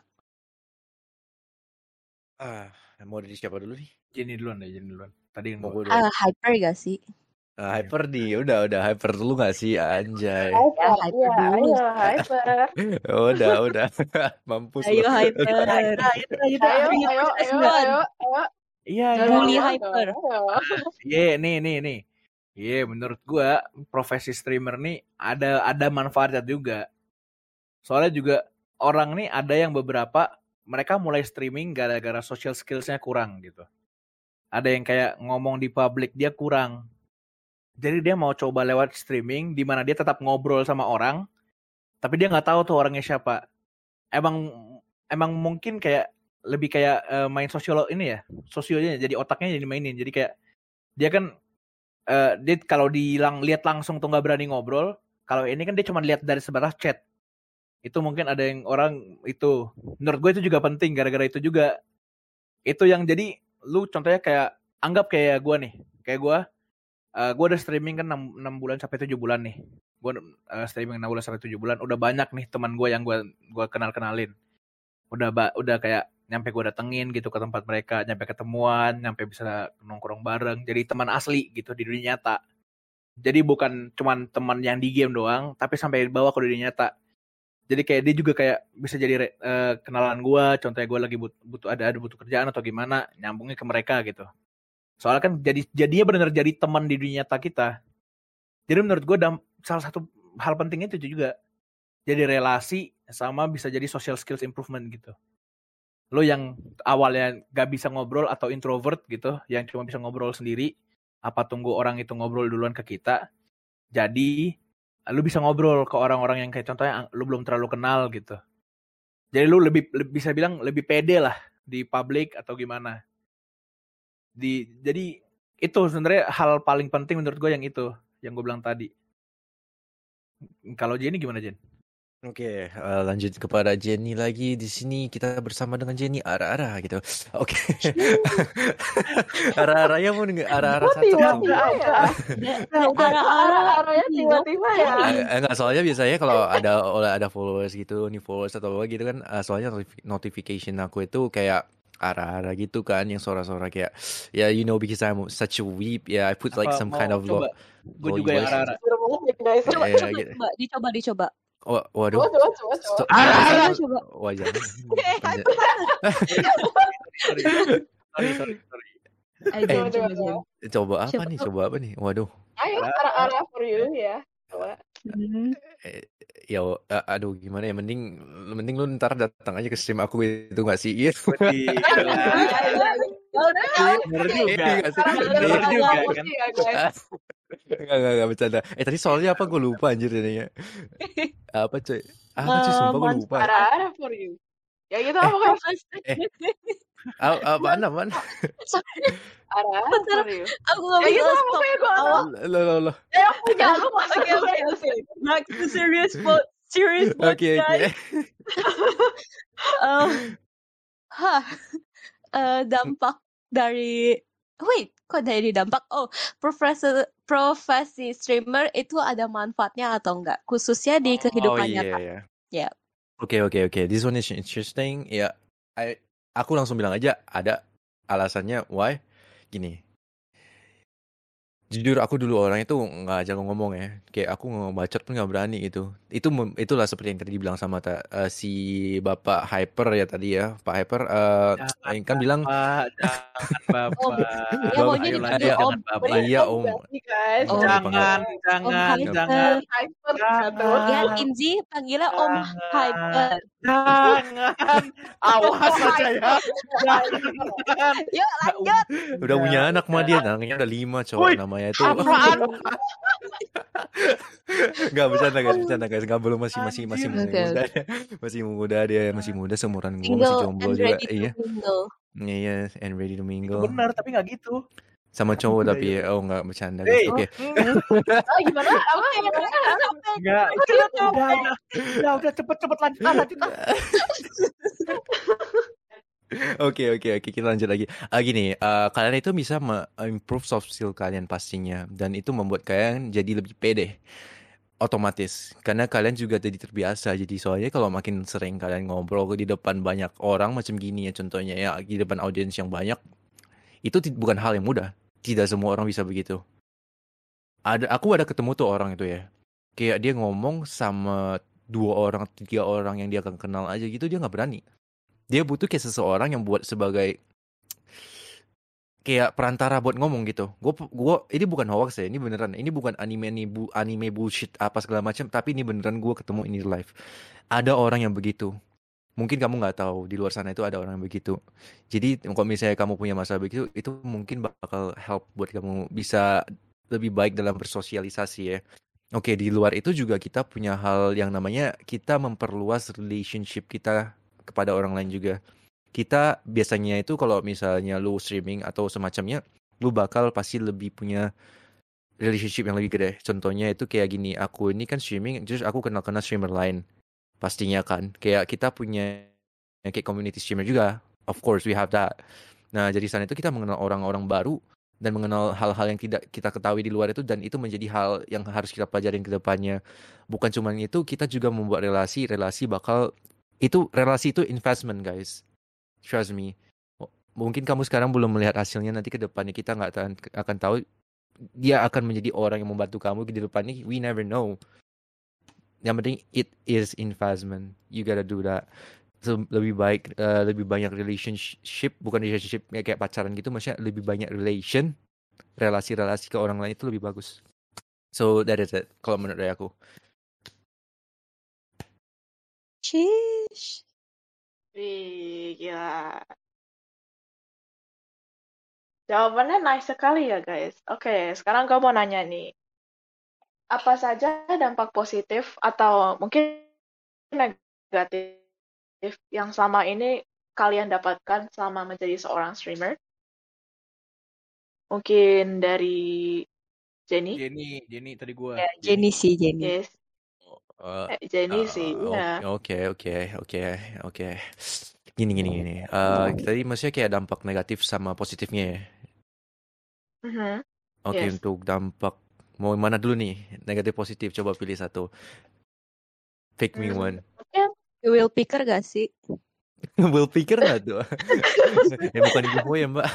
Ah, mau dari siapa dulu nih? Jenny duluan deh, Jenny duluan. Tadi kan Mau gua. gue dulu. Uh, hyper gak sih? Uh, hyper nih, udah udah hyper dulu gak sih anjay? Ya, hyper ya, dulu. ayo hyper. udah udah mampus Ayo lo. hyper. Ayo, ayo, Ayo, ayo, ayo, ayo, ayo. Iya, iya. Bully Ayo, hyper. ayo. Iya, nih, nih, nih. Iya, menurut gua profesi streamer nih ada ada manfaatnya juga. Soalnya juga orang nih ada yang beberapa mereka mulai streaming gara-gara social skills-nya kurang gitu. ada yang kayak ngomong di publik dia kurang. Jadi dia mau coba lewat streaming di mana dia tetap ngobrol sama orang, tapi dia nggak tahu tuh orangnya siapa. Emang emang mungkin kayak lebih kayak uh, main sosial ini ya, sosionya jadi otaknya jadi mainin. Jadi kayak dia kan uh, dia kalau dilang lihat langsung tuh nggak berani ngobrol. Kalau ini kan dia cuma lihat dari sebelah chat. Itu mungkin ada yang orang itu menurut gue itu juga penting gara-gara itu juga. Itu yang jadi lu contohnya kayak anggap kayak gue nih, kayak gue uh, gue udah streaming kan enam bulan sampai tujuh bulan nih. Gue uh, streaming enam bulan sampai tujuh bulan, udah banyak nih teman gue yang gue gue kenal-kenalin. Udah ba- udah kayak nyampe gue datengin gitu ke tempat mereka, nyampe ketemuan, nyampe bisa nongkrong bareng, jadi teman asli gitu di dunia nyata. Jadi bukan cuman teman yang di game doang, tapi sampai bawa ke dunia nyata. Jadi kayak dia juga kayak bisa jadi uh, kenalan gue, contohnya gue lagi but- butuh ada ada butuh kerjaan atau gimana, nyambungnya ke mereka gitu. Soalnya kan jadi jadinya benar jadi teman di dunia nyata kita. Jadi menurut gue dam- salah satu hal penting itu juga jadi relasi sama bisa jadi social skills improvement gitu. Lo yang awalnya gak bisa ngobrol atau introvert gitu, yang cuma bisa ngobrol sendiri, apa tunggu orang itu ngobrol duluan ke kita, jadi lo bisa ngobrol ke orang-orang yang kayak contohnya lo belum terlalu kenal gitu. Jadi lo lebih, lebih bisa bilang lebih pede lah di public atau gimana. Di, jadi itu sebenarnya hal paling penting menurut gue yang itu, yang gue bilang tadi. Kalau Jenny gimana Jen? Oke, okay, uh, lanjut kepada Jenny lagi. Di sini kita bersama dengan Jenny Ara-Ara gitu. Oke. Okay. Ara-Ara ya mau nggak? Ara-Ara satu. Tiba-tiba ya. Ara-ara Aranya tiba-tiba ya. Eh, enggak, soalnya biasanya kalau ada ada followers gitu, nih followers atau apa gitu kan, uh, soalnya notification aku itu kayak Ara-Ara gitu kan, yang suara-suara kayak ya yeah, you know because I'm such a weep ya yeah, I put like apa, some kind of low, gue juga yang Ara-Ara. Coba, yeah, coba, gitu. coba, dicoba, dicoba. Oh, waduh. Coba, coba, coba, coba. So- Coba, coba. Wah, jangan. sorry, sorry, sorry, sorry. Ayo, Eh, coba, coba, coba. Coba apa Siapa nih? tahu. Coba apa nih? Waduh. Ayo, arah-arah for you ya. Coba. Hmm. Eh, ya, uh, aduh gimana ya? Mending, mending lu ntar datang aja ke stream aku itu nggak sih? Iya. Berarti, bener juga. Iya nggak sih? Bener juga kan. Enggak, enggak, enggak bercanda. Eh tadi soalnya apa gue lupa anjir jadinya. Apa coy? Apa sih sumpah gue lupa. Arah-arah for you. Ya gitu apa kan? Eh, a- apaan apaan? Arah Bentar. for you. Aku nggak Ya bisa gitu apa stop kayak gue ketawa. Lo lo lo. Ya punya lu masuk Oke, oke, oke. Back to serious mode. Serious mode, Oke oke. guys. Um, hah. Eh, dampak dari wait, kok dari dampak? Oh, profesi profesi streamer itu ada manfaatnya atau enggak? Khususnya di Oh kehidupan iya nyata. ya. Ya. Oke oke oke. This one is interesting. Ya, I- aku langsung bilang aja ada alasannya why. Gini. Jujur aku dulu orang itu nggak jago ngomong ya. Kayak aku ngebacot pun nggak berani gitu. Itu mem- itulah seperti yang tadi dibilang sama ta- eh, si Bapak Hyper ya tadi ya. Pak Hyper eh Jangan yang kan bilang Bapak, jangan Bapak. Om, ya Bang, maunya Ayo dipanggil lanjut, ya, Om. jangan Bapak. iya Om. guys. Oh. Jangan, Om jangan, Hyper. jangan. Hyper Jangan. satu. Ya, Inzi panggilnya Om Hyper. Jangan. Awas aja ya. Jangan. Yuk lanjut. Udah punya anak mah dia, anaknya udah lima cowok Woi, namanya itu. apaan? Gak bercanda guys, bercanda guys. Gak belum masih masih masih masih Oke, muda, masih muda dia masih muda seumuran gua masih Single jomblo and juga. ready to Iya, mingle. iya and ready to Itu mingle benar, tapi nggak gitu. sama cowok Udah, tapi yuk. oh nggak bercanda guys. Hey. Oke. Ah, gimana? Apa gimana? Enggak. Udah, udah. Udah, udah cepet-cepet lanjut. Ah, lanjut. ah. Oke oke oke kita lanjut lagi. Ah gini, eh, kalian itu bisa improve soft skill kalian pastinya dan itu membuat kalian jadi lebih pede otomatis karena kalian juga jadi terbiasa. Jadi soalnya kalau makin sering kalian ngobrol di depan banyak orang macam gini ya contohnya ya di depan audiens yang banyak itu ti- bukan hal yang mudah. Tidak semua orang bisa begitu. Ada aku ada ketemu tuh orang itu ya. Kayak dia ngomong sama dua orang, tiga orang yang dia akan kenal aja gitu dia nggak berani. Dia butuh kayak seseorang yang buat sebagai kayak perantara buat ngomong gitu. Gue gua ini bukan hoax ya, ini beneran. Ini bukan anime nih bu, anime bullshit apa segala macam, tapi ini beneran gue ketemu ini live. Ada orang yang begitu. mungkin kamu nggak tahu di luar sana itu ada orang yang begitu. Jadi kalau misalnya kamu punya masalah begitu, itu mungkin bakal help buat kamu bisa lebih baik dalam bersosialisasi ya. Oke, di luar itu juga kita punya hal yang namanya kita memperluas relationship kita kepada orang lain juga. Kita biasanya itu kalau misalnya lu streaming atau semacamnya, lu bakal pasti lebih punya relationship yang lebih gede. Contohnya itu kayak gini, aku ini kan streaming, terus aku kenal-kenal streamer lain. Pastinya kan, kayak kita punya kayak community streamer juga. Of course, we have that. Nah, jadi sana itu kita mengenal orang-orang baru dan mengenal hal-hal yang tidak kita ketahui di luar itu, dan itu menjadi hal yang harus kita pelajarin ke depannya. Bukan cuma itu, kita juga membuat relasi, relasi bakal, itu relasi itu investment guys. Trust me. Mungkin kamu sekarang belum melihat hasilnya, nanti ke depannya kita nggak akan, akan tahu dia akan menjadi orang yang membantu kamu di depannya. We never know. Yang penting it is investment. You gotta do that. So, lebih baik uh, lebih banyak relationship, bukan relationship ya, kayak pacaran gitu, maksudnya lebih banyak relation, relasi-relasi ke orang lain itu lebih bagus. So that is it kalau menurut dari aku. Sheesh. Wih, gila. Jawabannya nice sekali ya, guys. Oke, sekarang gue mau nanya nih. Apa saja dampak positif atau mungkin negatif yang selama ini kalian dapatkan selama menjadi seorang streamer? Mungkin dari Jenny? Jenny, Jenny tadi gue. Ya, Jenny sih, Jenny. Yes. Uh, Eh, Jenny uh, sih, ya. Oke, oke, oke, oke. Gini, gini, gini. Uh, tadi maksudnya kayak dampak negatif sama positifnya ya. Mhm. Oke, Yes. untuk dampak mau mana dulu nih? Negatif positif, coba pilih satu. Pick me Hmm, one. mungkin Will picker gak sih? Will picker nggak tuh? Ya bukan info ya mbak.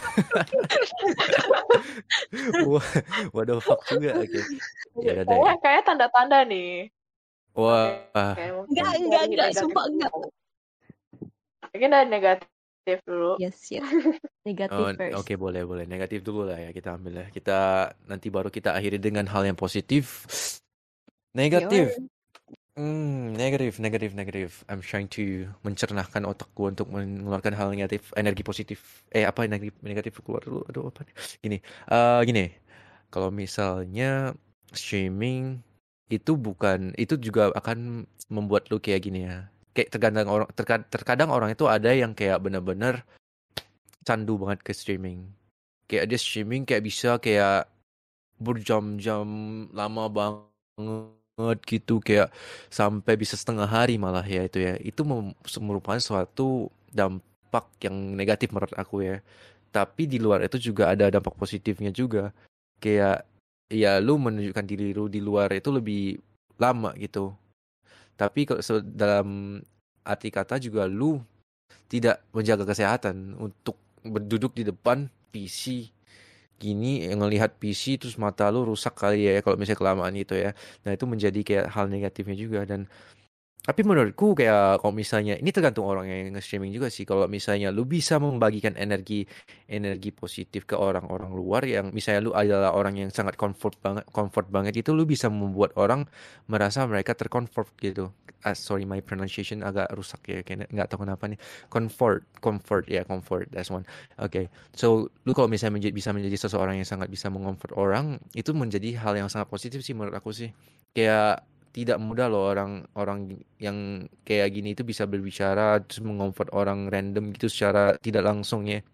Wah, what the fuck juga. Oke. Ya udah deh. Kayaknya kayak tanda-tanda nih. Wah, Oke, mungkin Enggak, dari enggak, enggak, negatif sumpah enggak. dulu. Mungkin dari negatif dulu. Yes, yes. oh, Negatif oke first. boleh boleh. Negatif dulu lah ya, kita ambil ya. Kita nanti baru kita akhiri dengan hal yang positif. Negatif. Hmm, negatif, negatif, negatif. I'm trying to mencernahkan otakku untuk mengeluarkan hal negatif, energi positif. Eh, apa energi negatif keluar dulu? Aduh, apa nih? Gini, eh gini. Kalau misalnya streaming itu bukan, itu juga akan membuat lu kayak gini ya. Kayak terkadang orang, terkadang, terkadang orang itu ada yang kayak benar-benar candu banget ke streaming. Kayak dia streaming kayak bisa kayak berjam-jam lama banget gitu, kayak sampai bisa setengah hari malah ya itu ya. Itu mem- merupakan suatu dampak yang negatif menurut aku ya. Tapi di luar itu juga ada dampak positifnya juga. Kayak ya lu menunjukkan diri lu di luar itu lebih lama gitu. Tapi kalau se- dalam arti kata juga lu tidak menjaga kesehatan untuk berduduk di depan P C gini, yang ngelihat P C terus mata lu rusak kali ya kalau misalnya kelamaan gitu ya. Nah itu menjadi kayak hal negatifnya juga. Dan tapi menurutku kayak kalau misalnya ini tergantung orang yang nge-streaming juga sih. Kalau misalnya lu bisa membagikan energi energi positif ke orang-orang luar, yang misalnya lu adalah orang yang sangat comfort banget comfort banget, itu lu bisa membuat orang merasa mereka tercomfort gitu. Ah, sorry my pronunciation agak rusak ya, kayak nggak tahu kenapa nih. Comfort, comfort ya, yeah, comfort, that's one. Oke, okay. So lu kalau misalnya menjadi, bisa menjadi seseorang yang sangat bisa mengcomfort orang, itu menjadi hal yang sangat positif sih menurut aku sih. Kayak tidak mudah loh orang-orang yang kayak gini itu bisa berbicara terus mengcomfort orang random gitu secara tidak langsung ya.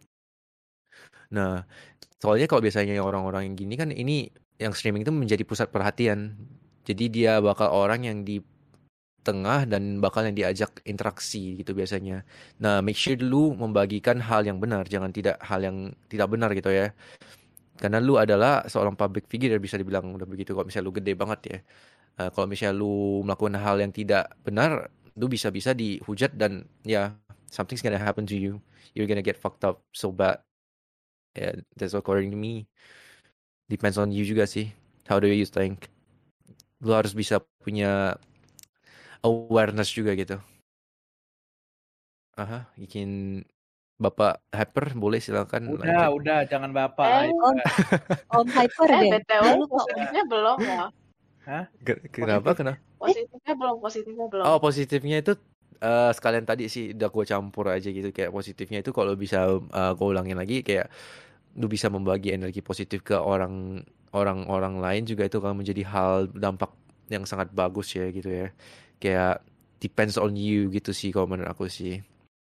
Nah, soalnya kalau biasanya orang-orang yang gini kan, ini yang streaming itu menjadi pusat perhatian. Jadi dia bakal orang yang di tengah dan bakal yang diajak interaksi gitu biasanya. Nah, make sure dulu membagikan hal yang benar, jangan tidak hal yang tidak benar gitu ya. Karena lu adalah seorang public figure, bisa dibilang udah begitu. Kalau misalnya lu gede banget ya. Uh, kalau misalnya lu melakukan hal yang tidak benar, lu bisa-bisa dihujat dan ya yeah, something's gonna happen to you. You're gonna get fucked up so bad. Yeah, that's according to me. Depends on you juga sih. How do you think? Lu harus bisa punya awareness juga gitu. Aha, bikin Bapak Hyper boleh silakan Udah, lanjut. udah, jangan Bapak. Eh, Om, Om Hyper eh deh. B T W positifnya belum ya? Hah? Kenapa? Kenapa? Positifnya belum, positifnya belum. Oh, positifnya itu uh, sekalian tadi sih udah gue campur aja gitu kayak positifnya itu kalau bisa uh, gue ulangin lagi kayak lu bisa membagi energi positif ke orang orang-orang lain juga itu akan menjadi hal dampak yang sangat bagus ya gitu ya. Kayak depends on you gitu sih kalau menurut aku sih.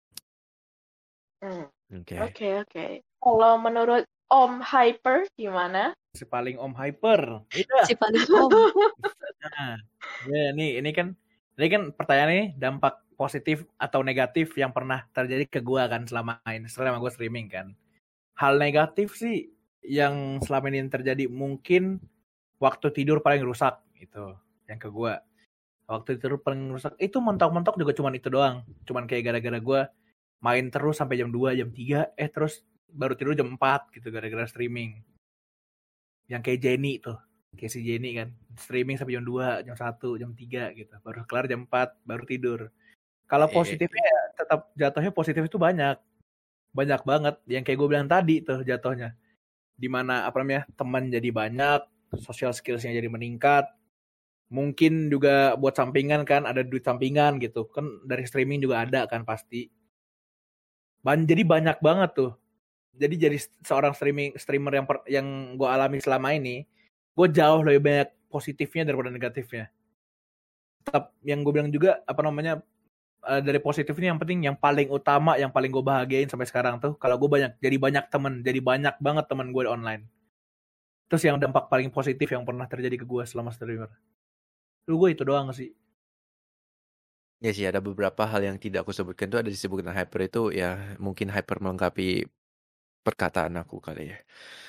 Hmm. Oke. Oke, oke. Kalau menurut Om Hyper gimana? Si paling Om Hyper. Iya. Si paling om. Nah, ya, nih ini kan ini kan pertanyaannya dampak positif atau negatif yang pernah terjadi ke gua kan selama ini selama gua streaming kan. Hal negatif sih yang selama ini terjadi mungkin waktu tidur paling rusak itu yang ke gua. Waktu tidur paling rusak itu mentok-mentok juga cuman itu doang. Cuman kayak gara-gara gua main terus sampai jam dua, jam tiga, eh terus baru tidur jam empat gitu gara-gara streaming. Yang kayak Jenny tuh. Kayak si Jenny kan. Streaming sampai jam dua, jam satu, jam tiga gitu. Baru kelar jam empat, baru tidur. Kalau positifnya ya tetap jatuhnya positif itu banyak. Banyak banget. Yang kayak gue bilang tadi tuh jatuhnya. Dimana apa namanya, teman jadi banyak, social skills-nya jadi meningkat. Mungkin juga buat sampingan kan, ada duit sampingan gitu. Kan dari streaming juga ada kan pasti. Ban- jadi banyak banget tuh. Jadi jadi seorang streaming streamer yang per, yang gue alami selama ini, gue jauh lebih banyak positifnya daripada negatifnya. Tetap yang gue bilang juga apa namanya uh, dari positifnya yang penting yang paling utama yang paling gue bahagiain sampai sekarang tuh kalau gue banyak jadi banyak temen jadi banyak banget temen gue online. Terus yang dampak paling positif yang pernah terjadi ke gue selama streamer. Lu gue itu doang sih. Ya sih ada beberapa hal yang tidak aku sebutkan tuh ada disebutkan hyper itu ya mungkin hyper melengkapi perkataan aku kali ya.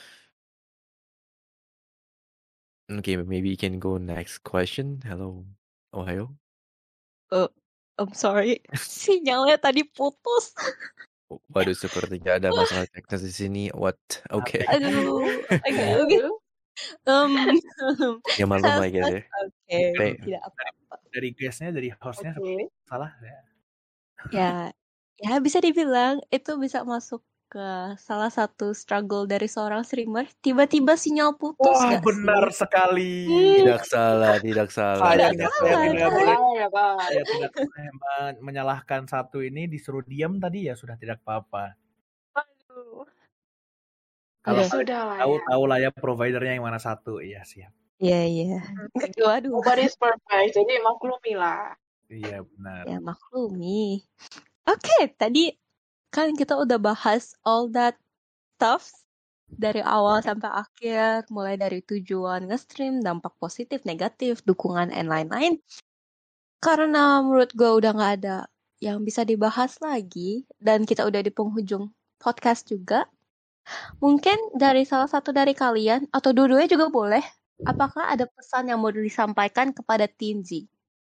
Okay, maybe you can go next question. Hello, Ohio. Oh, I'm sorry. Sinyalnya tadi putus. Waduh, sepertinya ada masalah teknis di sini. What? Oke. Okay. Aduh, agak-agak. Um, ya malum lah gitu ya. Oke, okay, tidak apa-apa. Dari guestnya, dari hostnya okay. salah ya. Ya, ya bisa dibilang itu bisa masuk ke salah satu struggle dari seorang streamer. Tiba-tiba sinyal putus. Wah, gak benar sih? sekali. Tidak salah, tidak salah. Saya tidak tidak, saya tidak salah. boleh. Saya tidak boleh menyalahkan satu ini disuruh diam tadi ya sudah tidak apa-apa. Aduh. Kalau Okay. Sudah lah tahu ya. tahu lah ya providernya yang mana satu, iya siap. Iya iya. Waduh. Nobody's perfect, jadi maklumi lah. Iya benar. Ya maklumi. Oke, okay, tadi kan kita udah bahas all that stuff dari awal sampai akhir, mulai dari tujuan nge-stream, dampak positif, negatif, dukungan, and lain-lain. Karena menurut gue udah gak ada yang bisa dibahas lagi, dan kita udah di penghujung podcast juga, mungkin dari salah satu dari kalian, atau dua-duanya juga boleh, apakah ada pesan yang mau disampaikan kepada Teen Z?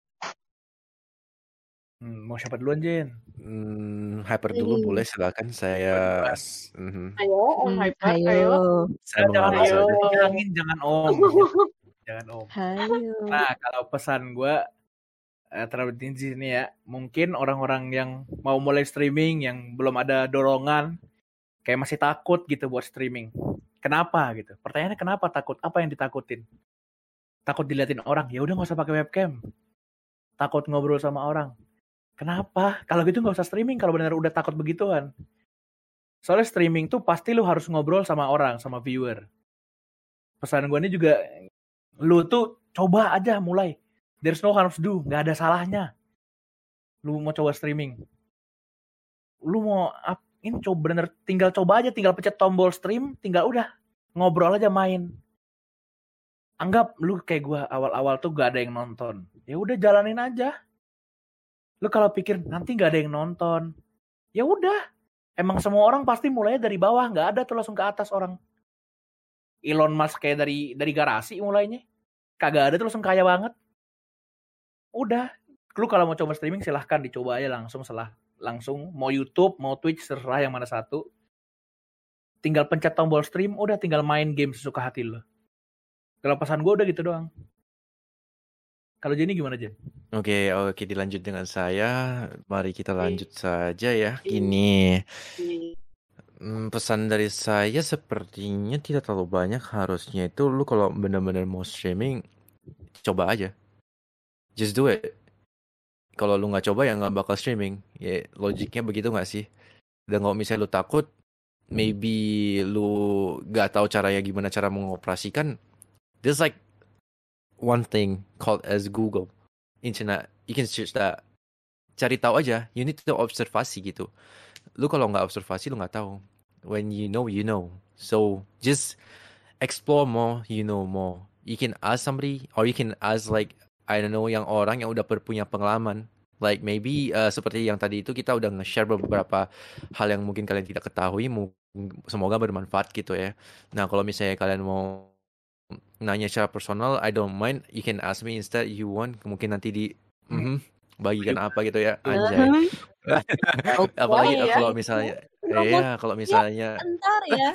Hmm, mau siapa duluan, Jen? Hmm, hyper dulu boleh, silakan saya. Mm-hmm. Ayo, Om hmm, Hyper, ayo. ayo. Saya mengalah saja. Jangan, jangan Om. Jangan Om. Ayo. Nah, kalau pesan gue eh, terhadap Teen Z ini ya, mungkin orang-orang yang mau mulai streaming yang belum ada dorongan, kayak masih takut gitu buat streaming. Kenapa gitu? Pertanyaannya kenapa takut? Apa yang ditakutin? Takut diliatin orang? Ya udah nggak usah pakai webcam. Takut ngobrol sama orang? Kenapa? Kalau gitu nggak usah streaming kalau benar udah takut begituan. Soalnya streaming tuh pasti lu harus ngobrol sama orang, sama viewer. Pesan gue ini juga, lu tuh coba aja mulai. There's no harm to do, nggak ada salahnya. Lu mau coba streaming, lu mau up, ini coba bener, tinggal coba aja, tinggal pencet tombol stream, tinggal udah ngobrol aja main. Anggap lu kayak gue awal-awal tuh gak ada yang nonton, ya udah jalanin aja. Lu kalau pikir nanti gak ada yang nonton, ya udah. Emang semua orang pasti mulainya dari bawah, nggak ada tuh langsung ke atas orang. Elon Musk kayak dari dari garasi mulainya, kagak ada tuh langsung kaya banget. Udah, lu kalau mau coba streaming silahkan dicoba aja langsung selah langsung mau YouTube mau Twitch terserah yang mana satu. Tinggal pencet tombol stream, udah tinggal main game sesuka hati lu. Kalau pesan gue udah gitu doang. Kalau Jenny gimana, Jen? Oke, okay, oke okay, dilanjut dengan saya. Mari kita lanjut saja ya. Gini, hmm, pesan dari saya sepertinya tidak terlalu banyak. Harusnya itu lu kalau benar-benar mau streaming, coba aja. Just do it. kalau lu nggak coba ya nggak bakal streaming. Ya logiknya begitu nggak sih? Dan kalau misalnya lu takut, maybe lu nggak tahu caranya gimana cara mengoperasikan. There's like one thing called as Google Internet. You can search that. Cari tahu aja. You need to observasi gitu. Lu kalau nggak observasi lu nggak tahu. When you know, you know. So just explore more, you know more. You can ask somebody, or you can ask like I don't know, yang orang yang udah punya pengalaman. Like maybe uh, seperti yang tadi itu kita udah nge-share beberapa hal yang mungkin kalian tidak ketahui. Semoga bermanfaat gitu ya. Nah kalau misalnya kalian mau nanya secara personal, I don't mind. You can ask me instead you want. Mungkin nanti di mm-hmm, bagikan apa gitu ya, anjay. Apalagi Oh, iya. kalau misalnya, iya kalau misalnya. Entar ya.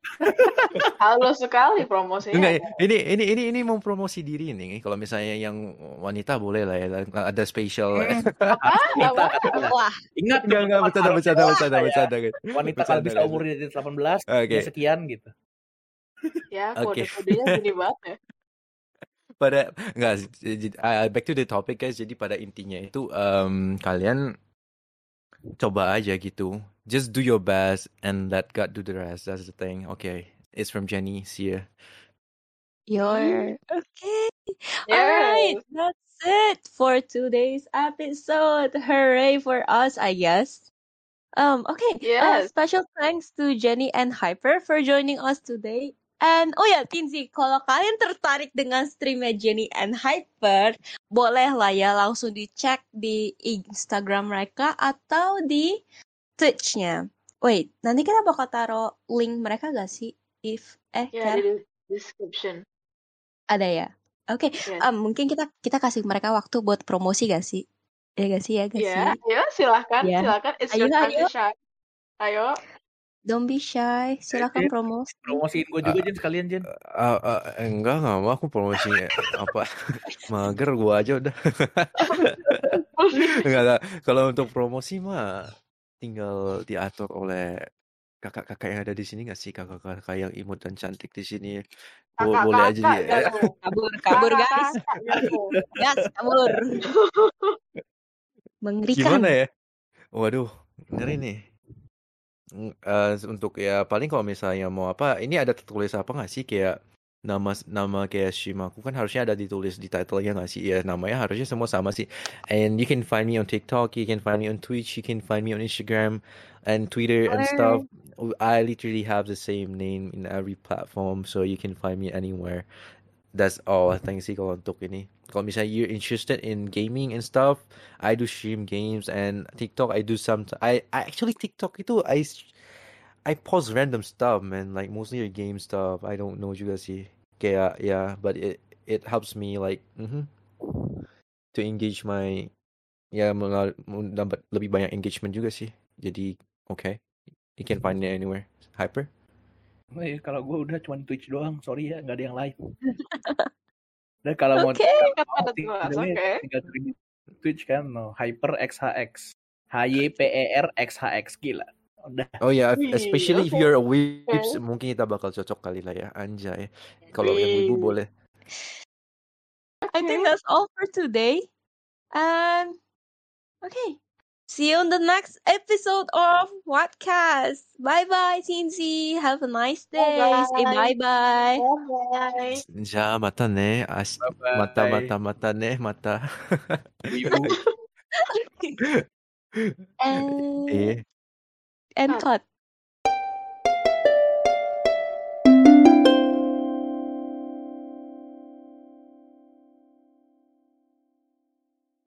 Halus sekali promosinya. Enggak, ini ini ini ini mau promosi diri nih. Kalau misalnya yang wanita boleh lah ya, ada spesial. Apa? Apa? Wah, Ingat Enggak enggak bercanda bercanda bercanda ya. bercanda. Wanita kalau bisa umurnya di delapan belas, Oke. ya sekian gitu. Ya, Oke. kode-kodenya gini banget ya. Pada enggak uh, back to the topic guys. Jadi pada intinya itu um, kalian coba aja gitu. Just do your best and let God do the rest. That's the thing. Okay. It's from Jenny. See ya. your okay. Yes. Alright, that's it for today's episode. Hooray for us, I guess. Um, okay. Uh, Yes. special thanks to Jenny and Hyper for joining us today. And oh ya, Tinzi, kalau kalian tertarik dengan streamnya Jenny and Hyper, boleh lah ya langsung dicek di Instagram mereka atau di Twitch-nya. Wait, nanti kita bakal taruh link mereka gak sih? If eh Ya, Ker? di description. Ada ya? Oke, Yes. um, mungkin kita kita kasih mereka waktu buat promosi gak sih? Ya gak sih, ya gak Ya, sih? ya silahkan, Ya. silahkan. It's Ayo, your time ayo. to shine. Ayo. Don't be shy, silakan Jen, promosi. Promosiin gue juga Jen sekalian Jen. Uh, uh, enggak enggak mau aku promosi apa mager gua aja udah. Enggak enggak. Kalau untuk promosi mah tinggal diatur oleh kakak-kakak yang ada di sini nggak sih, kakak-kakak yang imut dan cantik di sini. Bo- boleh aja Kakak-kakak dia. gitu. Kabur, kabur guys. Kakak-kakak gitu. Gas, kabur. Mengerikan. Gimana ya? Waduh, ngeri nih. Mm, eh, untuk ya paling kalau misalnya mau apa, ini ada tertulis apa nggak sih kayak nama nama kayak Shimaku kan harusnya ada ditulis di title-nya nggak sih? Ya namanya harusnya semua sama sih. And you can find me on TikTok, you can find me on Twitch, you can find me on Instagram and Twitter and stuff. I literally have the same name in every platform, so you can find me anywhere. That's all I think sih kalau untuk ini. Kalau misalnya you're interested in gaming and stuff, I do stream games and TikTok I do some. I I actually TikTok itu I I post random stuff man, like mostly your game stuff. I don't know juga sih. Kayak yeah, but it it helps me like mhm, to engage my ya mengal- mendapat lebih banyak engagement juga sih. Jadi okay, you can find it anywhere. Hyper. Oh, iya, kalau gue udah cuma Twitch doang, sorry ya, nggak ada yang lain. Dan kalau mau Oke. kalau mau Kata jelas, tinggal oke. tinggal cari di Twitch kan, no, Hyper X H X, H Y P E R X H X gila. Udah. Oh ya, Wih, especially if oke. you're a weebs, Oke. mungkin kita bakal cocok kali lah ya, anjay. Kalau yang wibu Wih. boleh. I think that's all for today. And okay. See you on the next episode of Whatcast. Bye bye, Tinzi. Have a nice day. Say bye bye. Bye-bye. じゃあまたね。明日 Bye-bye. またまたまたね。また。 Wibu. And eh. and cut.